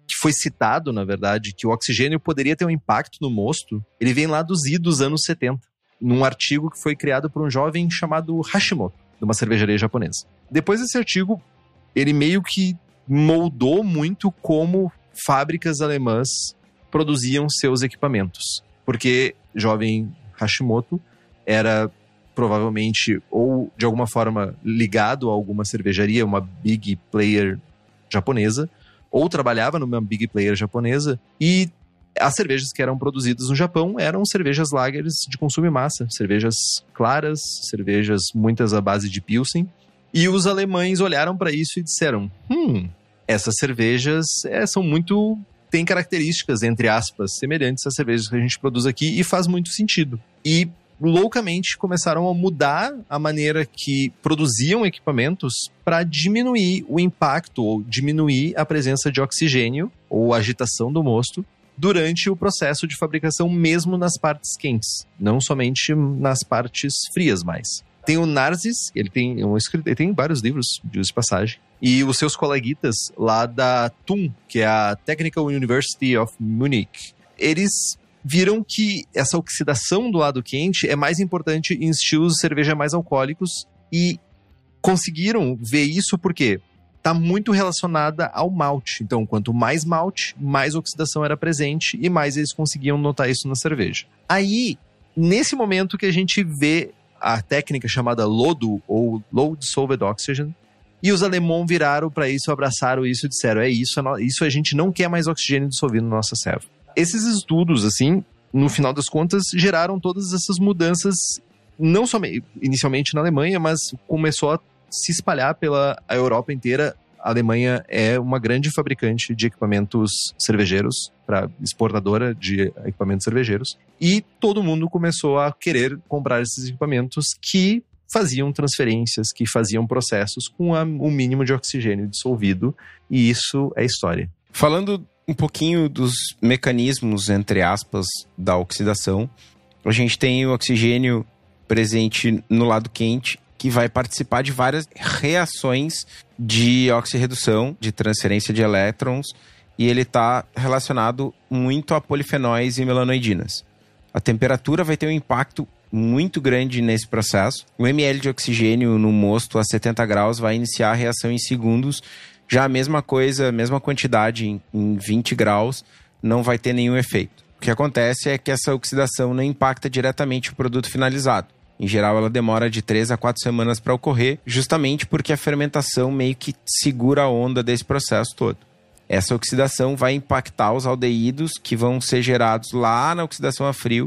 que foi citado, na verdade, que o oxigênio poderia ter um impacto no mosto, ele vem lá dos idos anos setenta, num artigo que foi criado por um jovem chamado Hashimoto, de uma cervejaria japonesa. Depois desse artigo, ele meio que moldou muito como fábricas alemãs produziam seus equipamentos. Porque jovem Hashimoto era provavelmente ou de alguma forma ligado a alguma cervejaria, uma big player japonesa, ou trabalhava numa big player japonesa, e as cervejas que eram produzidas no Japão eram cervejas lagers de consumo em massa, cervejas claras, cervejas muitas à base de Pilsen, e os alemães olharam para isso e disseram, hum, essas cervejas é, são muito, têm características, entre aspas, semelhantes às cervejas que a gente produz aqui, e faz muito sentido. E loucamente começaram a mudar a maneira que produziam equipamentos para diminuir o impacto ou diminuir a presença de oxigênio ou agitação do mosto durante o processo de fabricação, mesmo nas partes quentes, não somente nas partes frias mais. Tem o Narcis, ele tem, um, ele tem vários livros, de passagem, e os seus coleguitas lá da T U M, que é a Technical University of Munich, eles viram que essa oxidação do lado quente é mais importante em estilos de cerveja mais alcoólicos, e conseguiram ver isso porque está muito relacionada ao malte. Então, quanto mais malte, mais oxidação era presente e mais eles conseguiam notar isso na cerveja. Aí, nesse momento que a gente vê a técnica chamada LODO, ou Low Dissolved Oxygen, e os alemães viraram para isso, abraçaram isso e disseram, é isso, isso a gente não quer mais oxigênio dissolvido na nossa serva. Esses estudos, assim, no final das contas, geraram todas essas mudanças, não somente inicialmente na Alemanha, mas começou a se espalhar pela Europa inteira. A Alemanha é uma grande fabricante de equipamentos cervejeiros, para exportadora de equipamentos cervejeiros, e todo mundo começou a querer comprar esses equipamentos que faziam transferências, que faziam processos com a, um mínimo de oxigênio dissolvido, e isso é história. Falando um pouquinho dos mecanismos, entre aspas, da oxidação, a gente tem o oxigênio presente no lado quente, que vai participar de várias reações de oxirredução, de transferência de elétrons, e ele está relacionado muito a polifenóis e melanoidinas. A temperatura vai ter um impacto muito grande nesse processo. O ml de oxigênio no mosto a setenta graus vai iniciar a reação em segundos. Já a mesma coisa, a mesma quantidade em, em vinte graus, não vai ter nenhum efeito. O que acontece é que essa oxidação não impacta diretamente o produto finalizado. Em geral, ela demora de três a quatro semanas para ocorrer, justamente porque a fermentação meio que segura a onda desse processo todo. Essa oxidação vai impactar os aldeídos que vão ser gerados lá na oxidação a frio,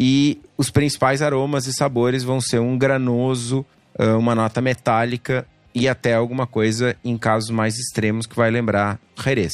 e os principais aromas e sabores vão ser um granoso, uma nota metálica e até alguma coisa, em casos mais extremos, que vai lembrar Jerez.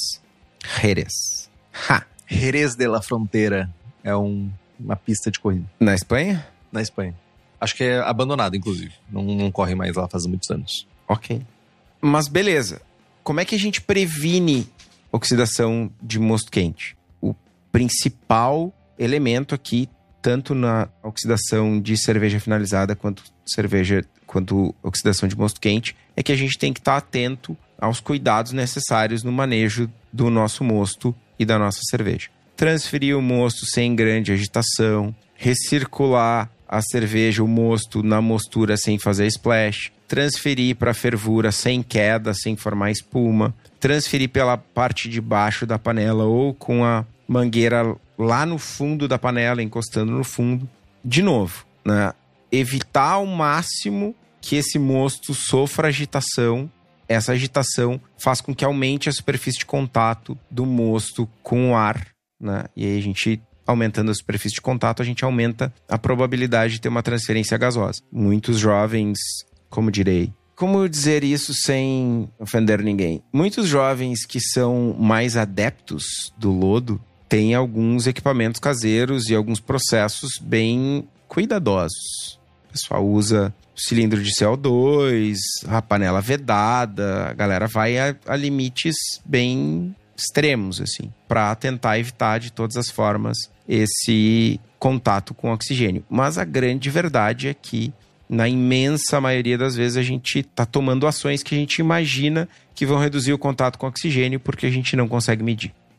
Jerez. Ha! Jerez de la Frontera é um, uma pista de corrida. Na Espanha? Na Espanha. Acho que é abandonado, inclusive. Não, não corre mais lá faz muitos anos. Ok. Mas beleza. Como é que a gente previne oxidação de mosto quente? O principal elemento aqui, tanto na oxidação de cerveja finalizada quanto cerveja, quanto oxidação de mosto quente, é que a gente tem que estar atento aos cuidados necessários no manejo do nosso mosto e da nossa cerveja. Transferir o mosto sem grande agitação, recircular a cerveja, o mosto, na mostura sem fazer splash, transferir para a fervura sem queda, sem formar espuma, transferir pela parte de baixo da panela ou com a mangueira lá no fundo da panela, encostando no fundo. De novo, né? Evitar ao máximo que esse mosto sofra agitação. Essa agitação faz com que aumente a superfície de contato do mosto com o ar, né? E aí a gente, aumentando a superfície de contato, a gente aumenta a probabilidade de ter uma transferência gasosa. Muitos jovens, como direi, como dizer isso sem ofender ninguém? Muitos jovens que são mais adeptos do lodo têm alguns equipamentos caseiros e alguns processos bem cuidadosos. O pessoal usa o cilindro de C O dois, a panela vedada, a galera vai a, a limites bem extremos, assim, para tentar evitar de todas as formas esse contato com oxigênio. Mas a grande verdade é que, na imensa maioria das vezes, a gente está tomando ações que a gente imagina que vão reduzir o contato com oxigênio porque a gente não consegue medir.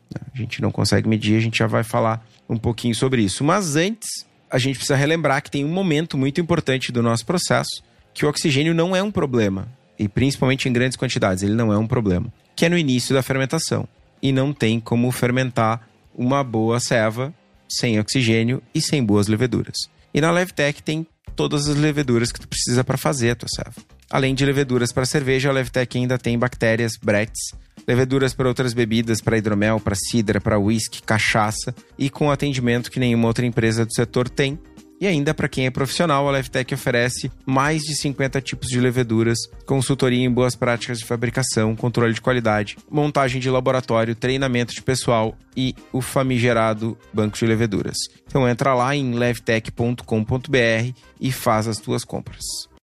A gente não consegue medir, a gente já vai falar um pouquinho sobre isso. Mas antes, a gente precisa relembrar que tem um momento muito importante do nosso processo, que o oxigênio não é um problema, e principalmente em grandes quantidades, ele não é um problema, que é no início da fermentação. E não tem como fermentar uma boa ceva sem oxigênio e sem boas leveduras. E na Levtech tem todas as leveduras que tu precisa para fazer a tua ceva. Além de leveduras para cerveja, a Levtech ainda tem bactérias, bretes, leveduras para outras bebidas, para hidromel, para cidra, para whisky, cachaça e com atendimento que nenhuma outra empresa do setor tem. E ainda para quem é profissional, a Levtech oferece mais de cinquenta tipos de leveduras, consultoria em boas práticas de fabricação, controle de qualidade, montagem de laboratório, treinamento de pessoal e o famigerado banco de leveduras. Então entra lá em levtech ponto com ponto b r e faz as tuas compras.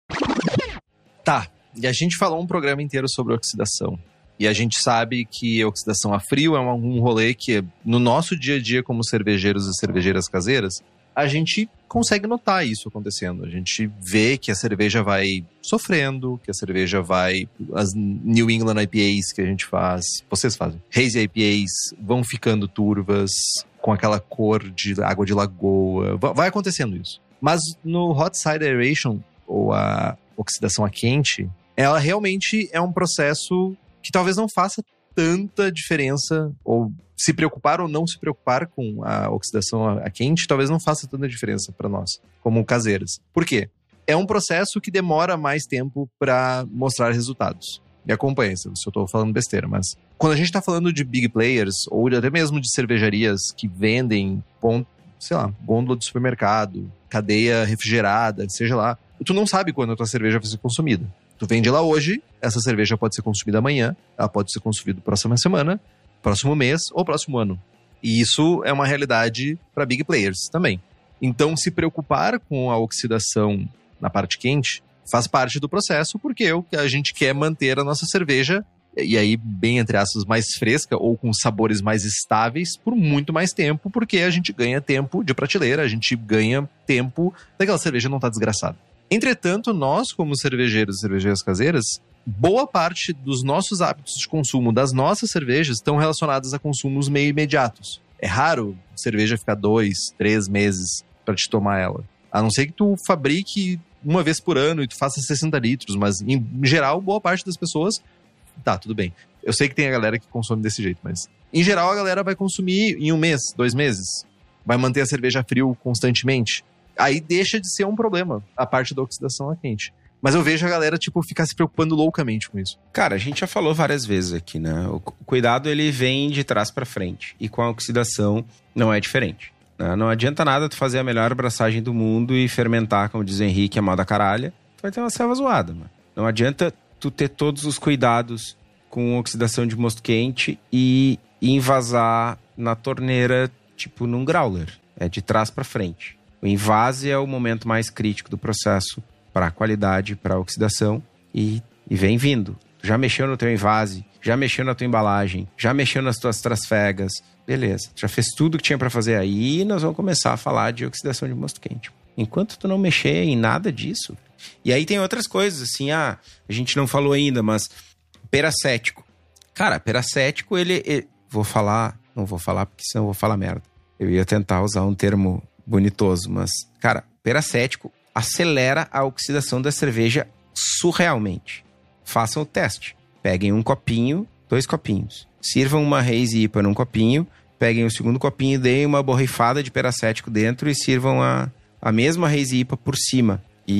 Tá, e a gente falou um programa inteiro sobre oxidação. E a gente sabe que a oxidação a frio é um rolê que no nosso dia a dia como cervejeiros e cervejeiras caseiras, a gente consegue notar isso acontecendo. A gente vê que a cerveja vai sofrendo, que a cerveja vai... As New England I P As que a gente faz, vocês fazem, Hazy I P As vão ficando turvas, com aquela cor de água de lagoa. Vai acontecendo isso. Mas no Hot Side Aeration, ou a oxidação a quente, ela realmente é um processo que talvez não faça tanta diferença, ou se preocupar ou não se preocupar com a oxidação a quente, talvez não faça tanta diferença para nós, como caseiras. Por quê? É um processo que demora mais tempo para mostrar resultados. Me acompanha se eu estou falando besteira, mas quando a gente está falando de big players, ou até mesmo de cervejarias que vendem, sei lá, gôndola de supermercado, cadeia refrigerada, seja lá, tu não sabe quando a tua cerveja vai ser consumida. Tu vende ela hoje, essa cerveja pode ser consumida amanhã, ela pode ser consumida próxima semana, próximo mês ou próximo ano. E isso é uma realidade para big players também. Então, se preocupar com a oxidação na parte quente faz parte do processo, porque a gente quer manter a nossa cerveja, e aí, bem entre aspas, mais fresca ou com sabores mais estáveis por muito mais tempo, porque a gente ganha tempo de prateleira, a gente ganha tempo daquela cerveja não estar desgraçada. Entretanto, nós, como cervejeiros e cervejeiras caseiras, boa parte dos nossos hábitos de consumo das nossas cervejas estão relacionados a consumos meio imediatos. É raro cerveja ficar dois, três meses para te tomar ela. A não ser que tu fabrique uma vez por ano e tu faça sessenta litros, mas em geral, boa parte das pessoas... Tá, tudo bem. Eu sei que tem a galera que consome desse jeito, mas... Em geral, a galera vai consumir em um mês, dois meses. Vai manter a cerveja a frio constantemente. Aí deixa de ser um problema, a parte da oxidação a quente. Mas eu vejo a galera, tipo, ficar se preocupando loucamente com isso. Cara, a gente já falou várias vezes aqui, né? O cuidado, ele vem de trás pra frente. E com a oxidação, não é diferente. Né? Não adianta nada tu fazer a melhor abraçagem do mundo e fermentar, como diz o Henrique, a moda caralha. Tu vai ter uma selva zoada, mano. Não adianta tu ter todos os cuidados com oxidação de mosto quente e envasar na torneira, tipo, num growler. É de trás pra frente. O envase é o momento mais crítico do processo para a qualidade, para a oxidação e, e vem vindo. Já mexeu no teu envase, já mexeu na tua embalagem, já mexeu nas tuas trasfegas, beleza. Já fez tudo que tinha para fazer aí e nós vamos começar a falar de oxidação de mosto quente. Enquanto tu não mexer em nada disso... E aí tem outras coisas, assim, ah, a gente não falou ainda, mas peracético. Cara, peracético, ele, ele... Vou falar, não vou falar porque senão eu vou falar merda. Eu ia tentar usar um termo... bonitoso, mas, cara, peracético acelera a oxidação da cerveja surrealmente. Façam o teste. Peguem um copinho, dois copinhos. Sirvam uma Hazy I P A num copinho, peguem o segundo copinho, deem uma borrifada de peracético dentro e sirvam a, a mesma Hazy I P A por cima.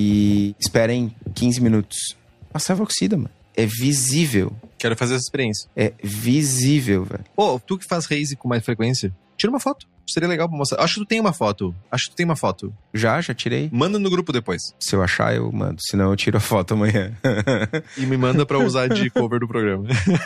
E esperem quinze minutos. A cerveja oxida, mano. É visível. Quero fazer essa experiência. É visível, velho. Pô, tu que faz Hazy com mais frequência, tira uma foto. Seria legal pra mostrar. Acho que tu tem uma foto. Acho que tu tem uma foto. Já, já tirei. Manda no grupo depois. Se eu achar, eu mando. Senão eu tiro a foto amanhã. E me manda pra usar de cover do programa.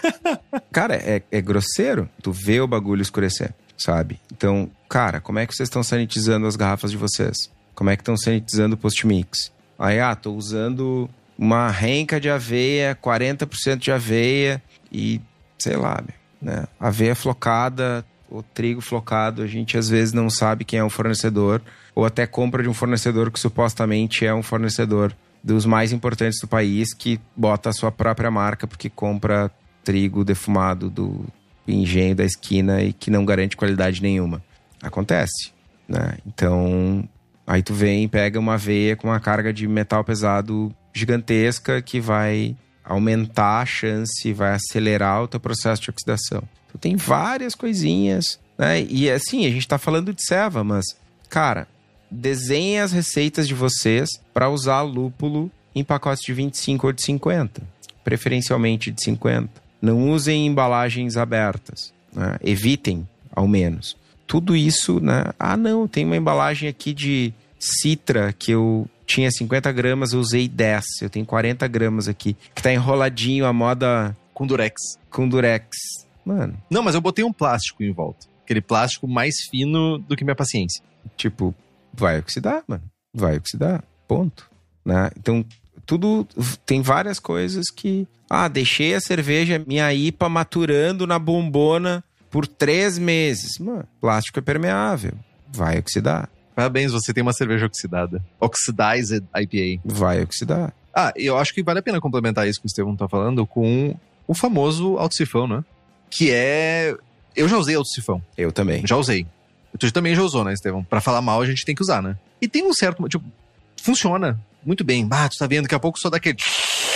Cara, é, é grosseiro. Tu vê o bagulho escurecer, sabe? Então, cara, como é que vocês estão sanitizando as garrafas de vocês? Como é que estão sanitizando o post-mix? Aí, ah, tô usando uma renca de aveia, quarenta por cento de aveia e, sei lá, né? Aveia flocada... O trigo flocado, a gente às vezes não sabe quem é o fornecedor, ou até compra de um fornecedor que supostamente é um fornecedor dos mais importantes do país, que bota a sua própria marca porque compra trigo defumado do engenho da esquina e que não garante qualidade nenhuma. Acontece, né? Então, aí tu vem, pega uma veia com uma carga de metal pesado gigantesca que vai aumentar a chance, vai acelerar o teu processo de oxidação. Então, tem várias coisinhas, né? E assim, a gente tá falando de ceva, mas, cara, desenhem as receitas de vocês para usar lúpulo em pacotes de vinte e cinco ou de cinquenta. Preferencialmente de cinquenta. Não usem embalagens abertas, né? Evitem, ao menos. Tudo isso, né? Ah, não, tem uma embalagem aqui de Citra que eu tinha cinquenta gramas, eu usei dez. Eu tenho quarenta gramas aqui. Que tá enroladinho a moda... Com durex. Com durex. Mano. Não, mas eu botei um plástico em volta. Aquele plástico mais fino do que minha paciência. Tipo, vai oxidar, mano. Vai oxidar. Ponto. Né? Então, tudo... Tem várias coisas que... Ah, deixei a cerveja, minha I P A, maturando na bombona por três meses. Mano, plástico é permeável. Vai oxidar. Parabéns, você tem uma cerveja oxidada. Oxidized I P A. Vai oxidar. Ah, e eu acho que vale a pena complementar isso que o Estevão tá falando com o famoso autossifão, né? Que é... Eu já usei autossifão. Eu também. Já usei. Tu também já usou, né, Estevão? Pra falar mal, a gente tem que usar, né? E tem um certo... Tipo, funciona muito bem. Ah, tu tá vendo? Daqui a pouco só dá aquele...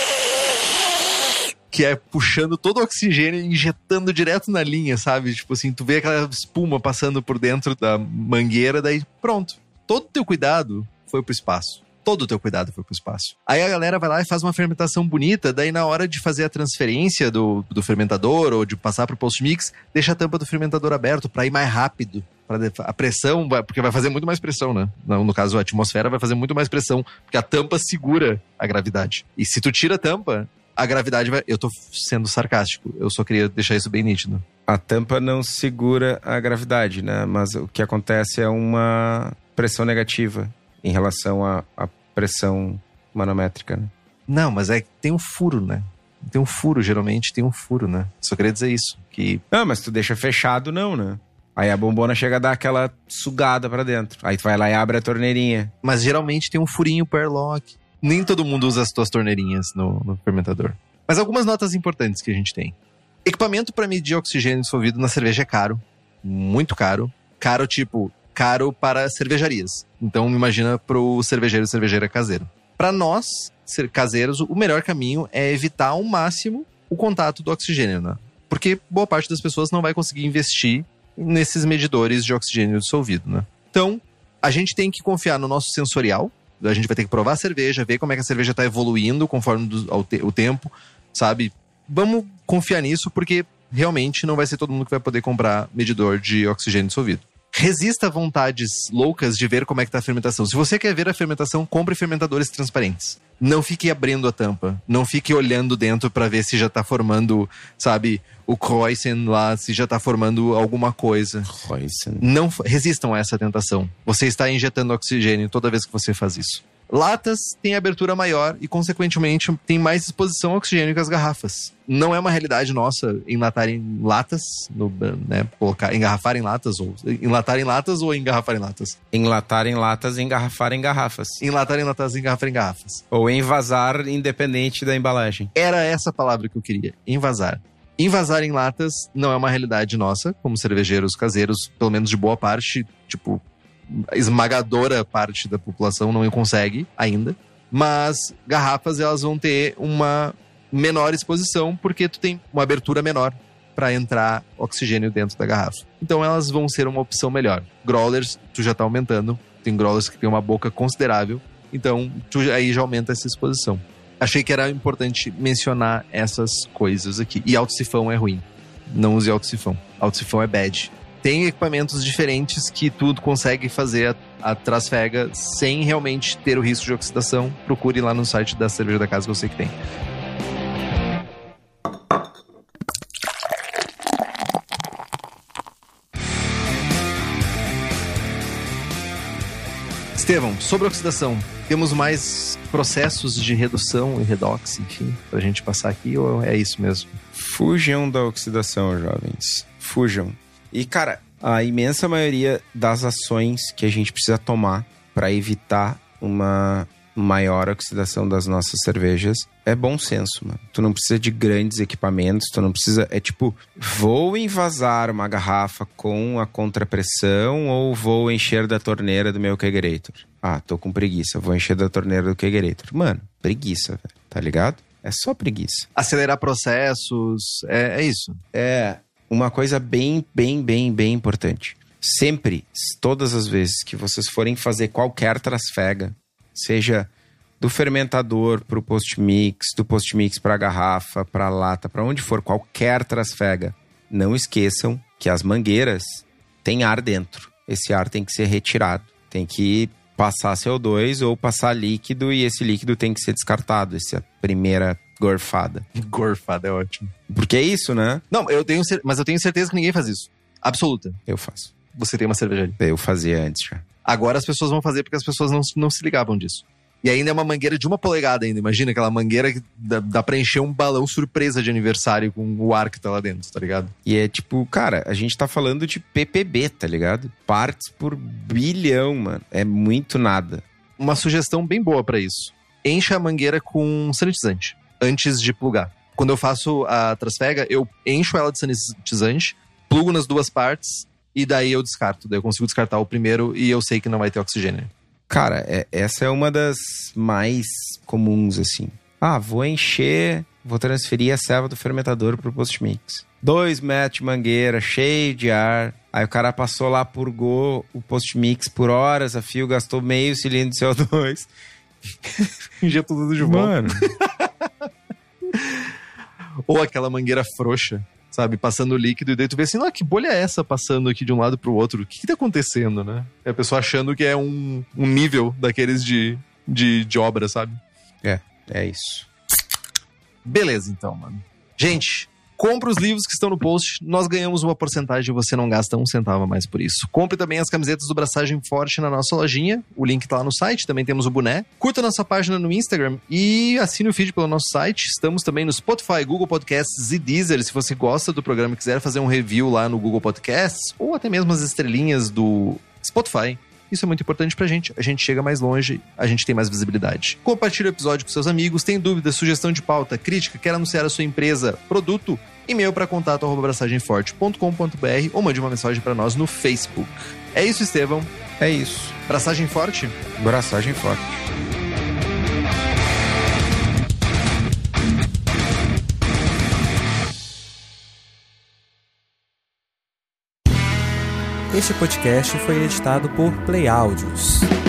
Que é puxando todo o oxigênio e injetando direto na linha, sabe? Tipo assim, tu vê aquela espuma passando por dentro da mangueira, daí pronto. Todo o teu cuidado foi pro espaço. Todo o teu cuidado foi pro espaço. Aí a galera vai lá e faz uma fermentação bonita, daí na hora de fazer a transferência do, do fermentador ou de passar pro post-mix, deixa a tampa do fermentador aberto pra ir mais rápido. Pra a pressão, vai, porque vai fazer muito mais pressão, né? No, no caso, a atmosfera vai fazer muito mais pressão, porque a tampa segura a gravidade. E se tu tira a tampa... A gravidade vai... Eu tô sendo sarcástico. Eu só queria deixar isso bem nítido. A tampa não segura a gravidade, né? Mas o que acontece é uma pressão negativa em relação à, à pressão manométrica, né? Não, mas é que tem um furo, né? Tem um furo, geralmente tem um furo, né? Só queria dizer isso, que... Não, mas tu deixa fechado, não, né? Aí a bombona chega a dar aquela sugada pra dentro. Aí tu vai lá e abre a torneirinha. Mas geralmente tem um furinho per lock. Nem todo mundo usa as tuas torneirinhas no, no fermentador. Mas algumas notas importantes que a gente tem. Equipamento para medir oxigênio dissolvido na cerveja é caro. Muito caro. Caro, tipo, caro para cervejarias. Então, imagina pro cervejeiro e cervejeira caseiro. Para nós, ser caseiros, o melhor caminho é evitar ao máximo o contato do oxigênio, né? Porque boa parte das pessoas não vai conseguir investir nesses medidores de oxigênio dissolvido, né? Então, a gente tem que confiar no nosso sensorial. A gente vai ter que provar a cerveja, ver como é que a cerveja tá evoluindo conforme do, ao te, o tempo, sabe? Vamos confiar nisso, porque realmente não vai ser todo mundo que vai poder comprar medidor de oxigênio dissolvido. Resista a vontades loucas de ver como é que tá a fermentação. Se você quer ver a fermentação, compre fermentadores transparentes. Não fique abrindo a tampa. Não fique olhando dentro para ver se já tá formando, sabe, o Kreuzen lá, se já tá formando alguma coisa. Kreuzen. Não resistam a essa tentação. Você está injetando oxigênio toda vez que você faz isso. Latas têm abertura maior e, consequentemente, tem mais exposição ao oxigênio que as garrafas. Não é uma realidade nossa enlatar em latas, no, né, colocar, engarrafar em latas, ou enlatar em latas ou engarrafar em latas? Enlatar em latas e engarrafar em garrafas. Enlatar em latas e engarrafar em garrafas. Ou envasar independente da embalagem. Era essa palavra que eu queria, envasar. Envasar em latas não é uma realidade nossa, como cervejeiros caseiros, pelo menos de boa parte, tipo... esmagadora parte da população não consegue ainda, mas garrafas elas vão ter uma menor exposição porque tu tem uma abertura menor para entrar oxigênio dentro da garrafa. Então elas vão ser uma opção melhor. Growlers, tu já tá aumentando, tem growlers que tem uma boca considerável, então tu aí já aumenta essa exposição. Achei que era importante mencionar essas coisas aqui. E autossifão é ruim. Não use autossifão. Autossifão é bad. Tem equipamentos diferentes que tu consegue fazer a, a trasfega sem realmente ter o risco de oxidação. Procure lá no site da Cerveja da Casa que eu sei que tem. Estevão, sobre oxidação, temos mais processos de redução e redox, enfim, pra gente passar aqui, ou é isso mesmo? Fujam da oxidação, jovens. Fujam. E, cara, a imensa maioria das ações que a gente precisa tomar para evitar uma maior oxidação das nossas cervejas é bom senso, mano. Tu não precisa de grandes equipamentos, tu não precisa... É tipo, vou envasar uma garrafa com a contrapressão ou vou encher da torneira do meu kegerator? Ah, tô com preguiça, vou encher da torneira do kegerator. Mano, preguiça, velho, tá ligado? É só preguiça. Acelerar processos, é, é isso. É uma coisa bem, bem, bem, bem importante. Sempre, todas as vezes que vocês forem fazer qualquer trasfega, seja do fermentador para o post-mix, do post-mix para a garrafa, para a lata, para onde for, qualquer trasfega, não esqueçam que as mangueiras têm ar dentro. Esse ar tem que ser retirado, tem que passar C O dois ou passar líquido e esse líquido tem que ser descartado, essa primeira gorfada. Gorfada é ótimo. Porque é isso, né? Não, eu tenho, mas eu tenho certeza que ninguém faz isso. Absoluta. Eu faço. Você tem uma cervejaria. Eu fazia antes já. Agora as pessoas vão fazer porque as pessoas não, não se ligavam disso. E ainda é uma mangueira de uma polegada ainda. Imagina aquela mangueira que dá, dá pra encher um balão surpresa de aniversário com o ar que tá lá dentro, tá ligado? E é tipo, cara, a gente tá falando de P P B, tá ligado? Partes por bilhão, mano. É muito nada. Uma sugestão bem boa pra isso. Encha a mangueira com sanitizante antes de plugar. Quando eu faço a trasfega, eu encho ela de sanitizante, plugo nas duas partes e daí eu descarto. Daí eu consigo descartar o primeiro e eu sei que não vai ter oxigênio. Cara, é, essa é uma das mais comuns, assim. Ah, vou encher, vou transferir a serva do fermentador pro post-mix. Dois metros de mangueira, cheio de ar. Aí o cara passou lá, purgou o post-mix por horas a fio, gastou meio cilindro de C O dois. Injetou tudo de volta. Mano. Ou aquela mangueira frouxa, sabe? Passando líquido, e daí tu vê assim, ah, que bolha é essa passando aqui de um lado pro outro? O que que tá acontecendo, né? É a pessoa achando que é um, um nível daqueles de, de, de obra, sabe? É, é isso. Beleza, então, mano. Gente, compra os livros que estão no post, nós ganhamos uma porcentagem e você não gasta um centavo a mais por isso. Compre também as camisetas do Braçagem Forte na nossa lojinha, o link tá lá no site, também temos o boné. Curta a nossa página no Instagram e assine o feed pelo nosso site. Estamos também no Spotify, Google Podcasts e Deezer. Se você gosta do programa e quiser fazer um review lá no Google Podcasts, ou até mesmo as estrelinhas do Spotify, isso é muito importante pra gente. A gente chega mais longe, a gente tem mais visibilidade. Compartilhe o episódio com seus amigos. Tem dúvida, sugestão de pauta, crítica, quer anunciar a sua empresa, produto? E-mail para contato arroba braçagemforte ponto com ponto b r ou mande uma mensagem para nós no Facebook. É isso, Estevão? É isso. Braçagem forte? Braçagem forte. Este podcast foi editado por Play Áudios.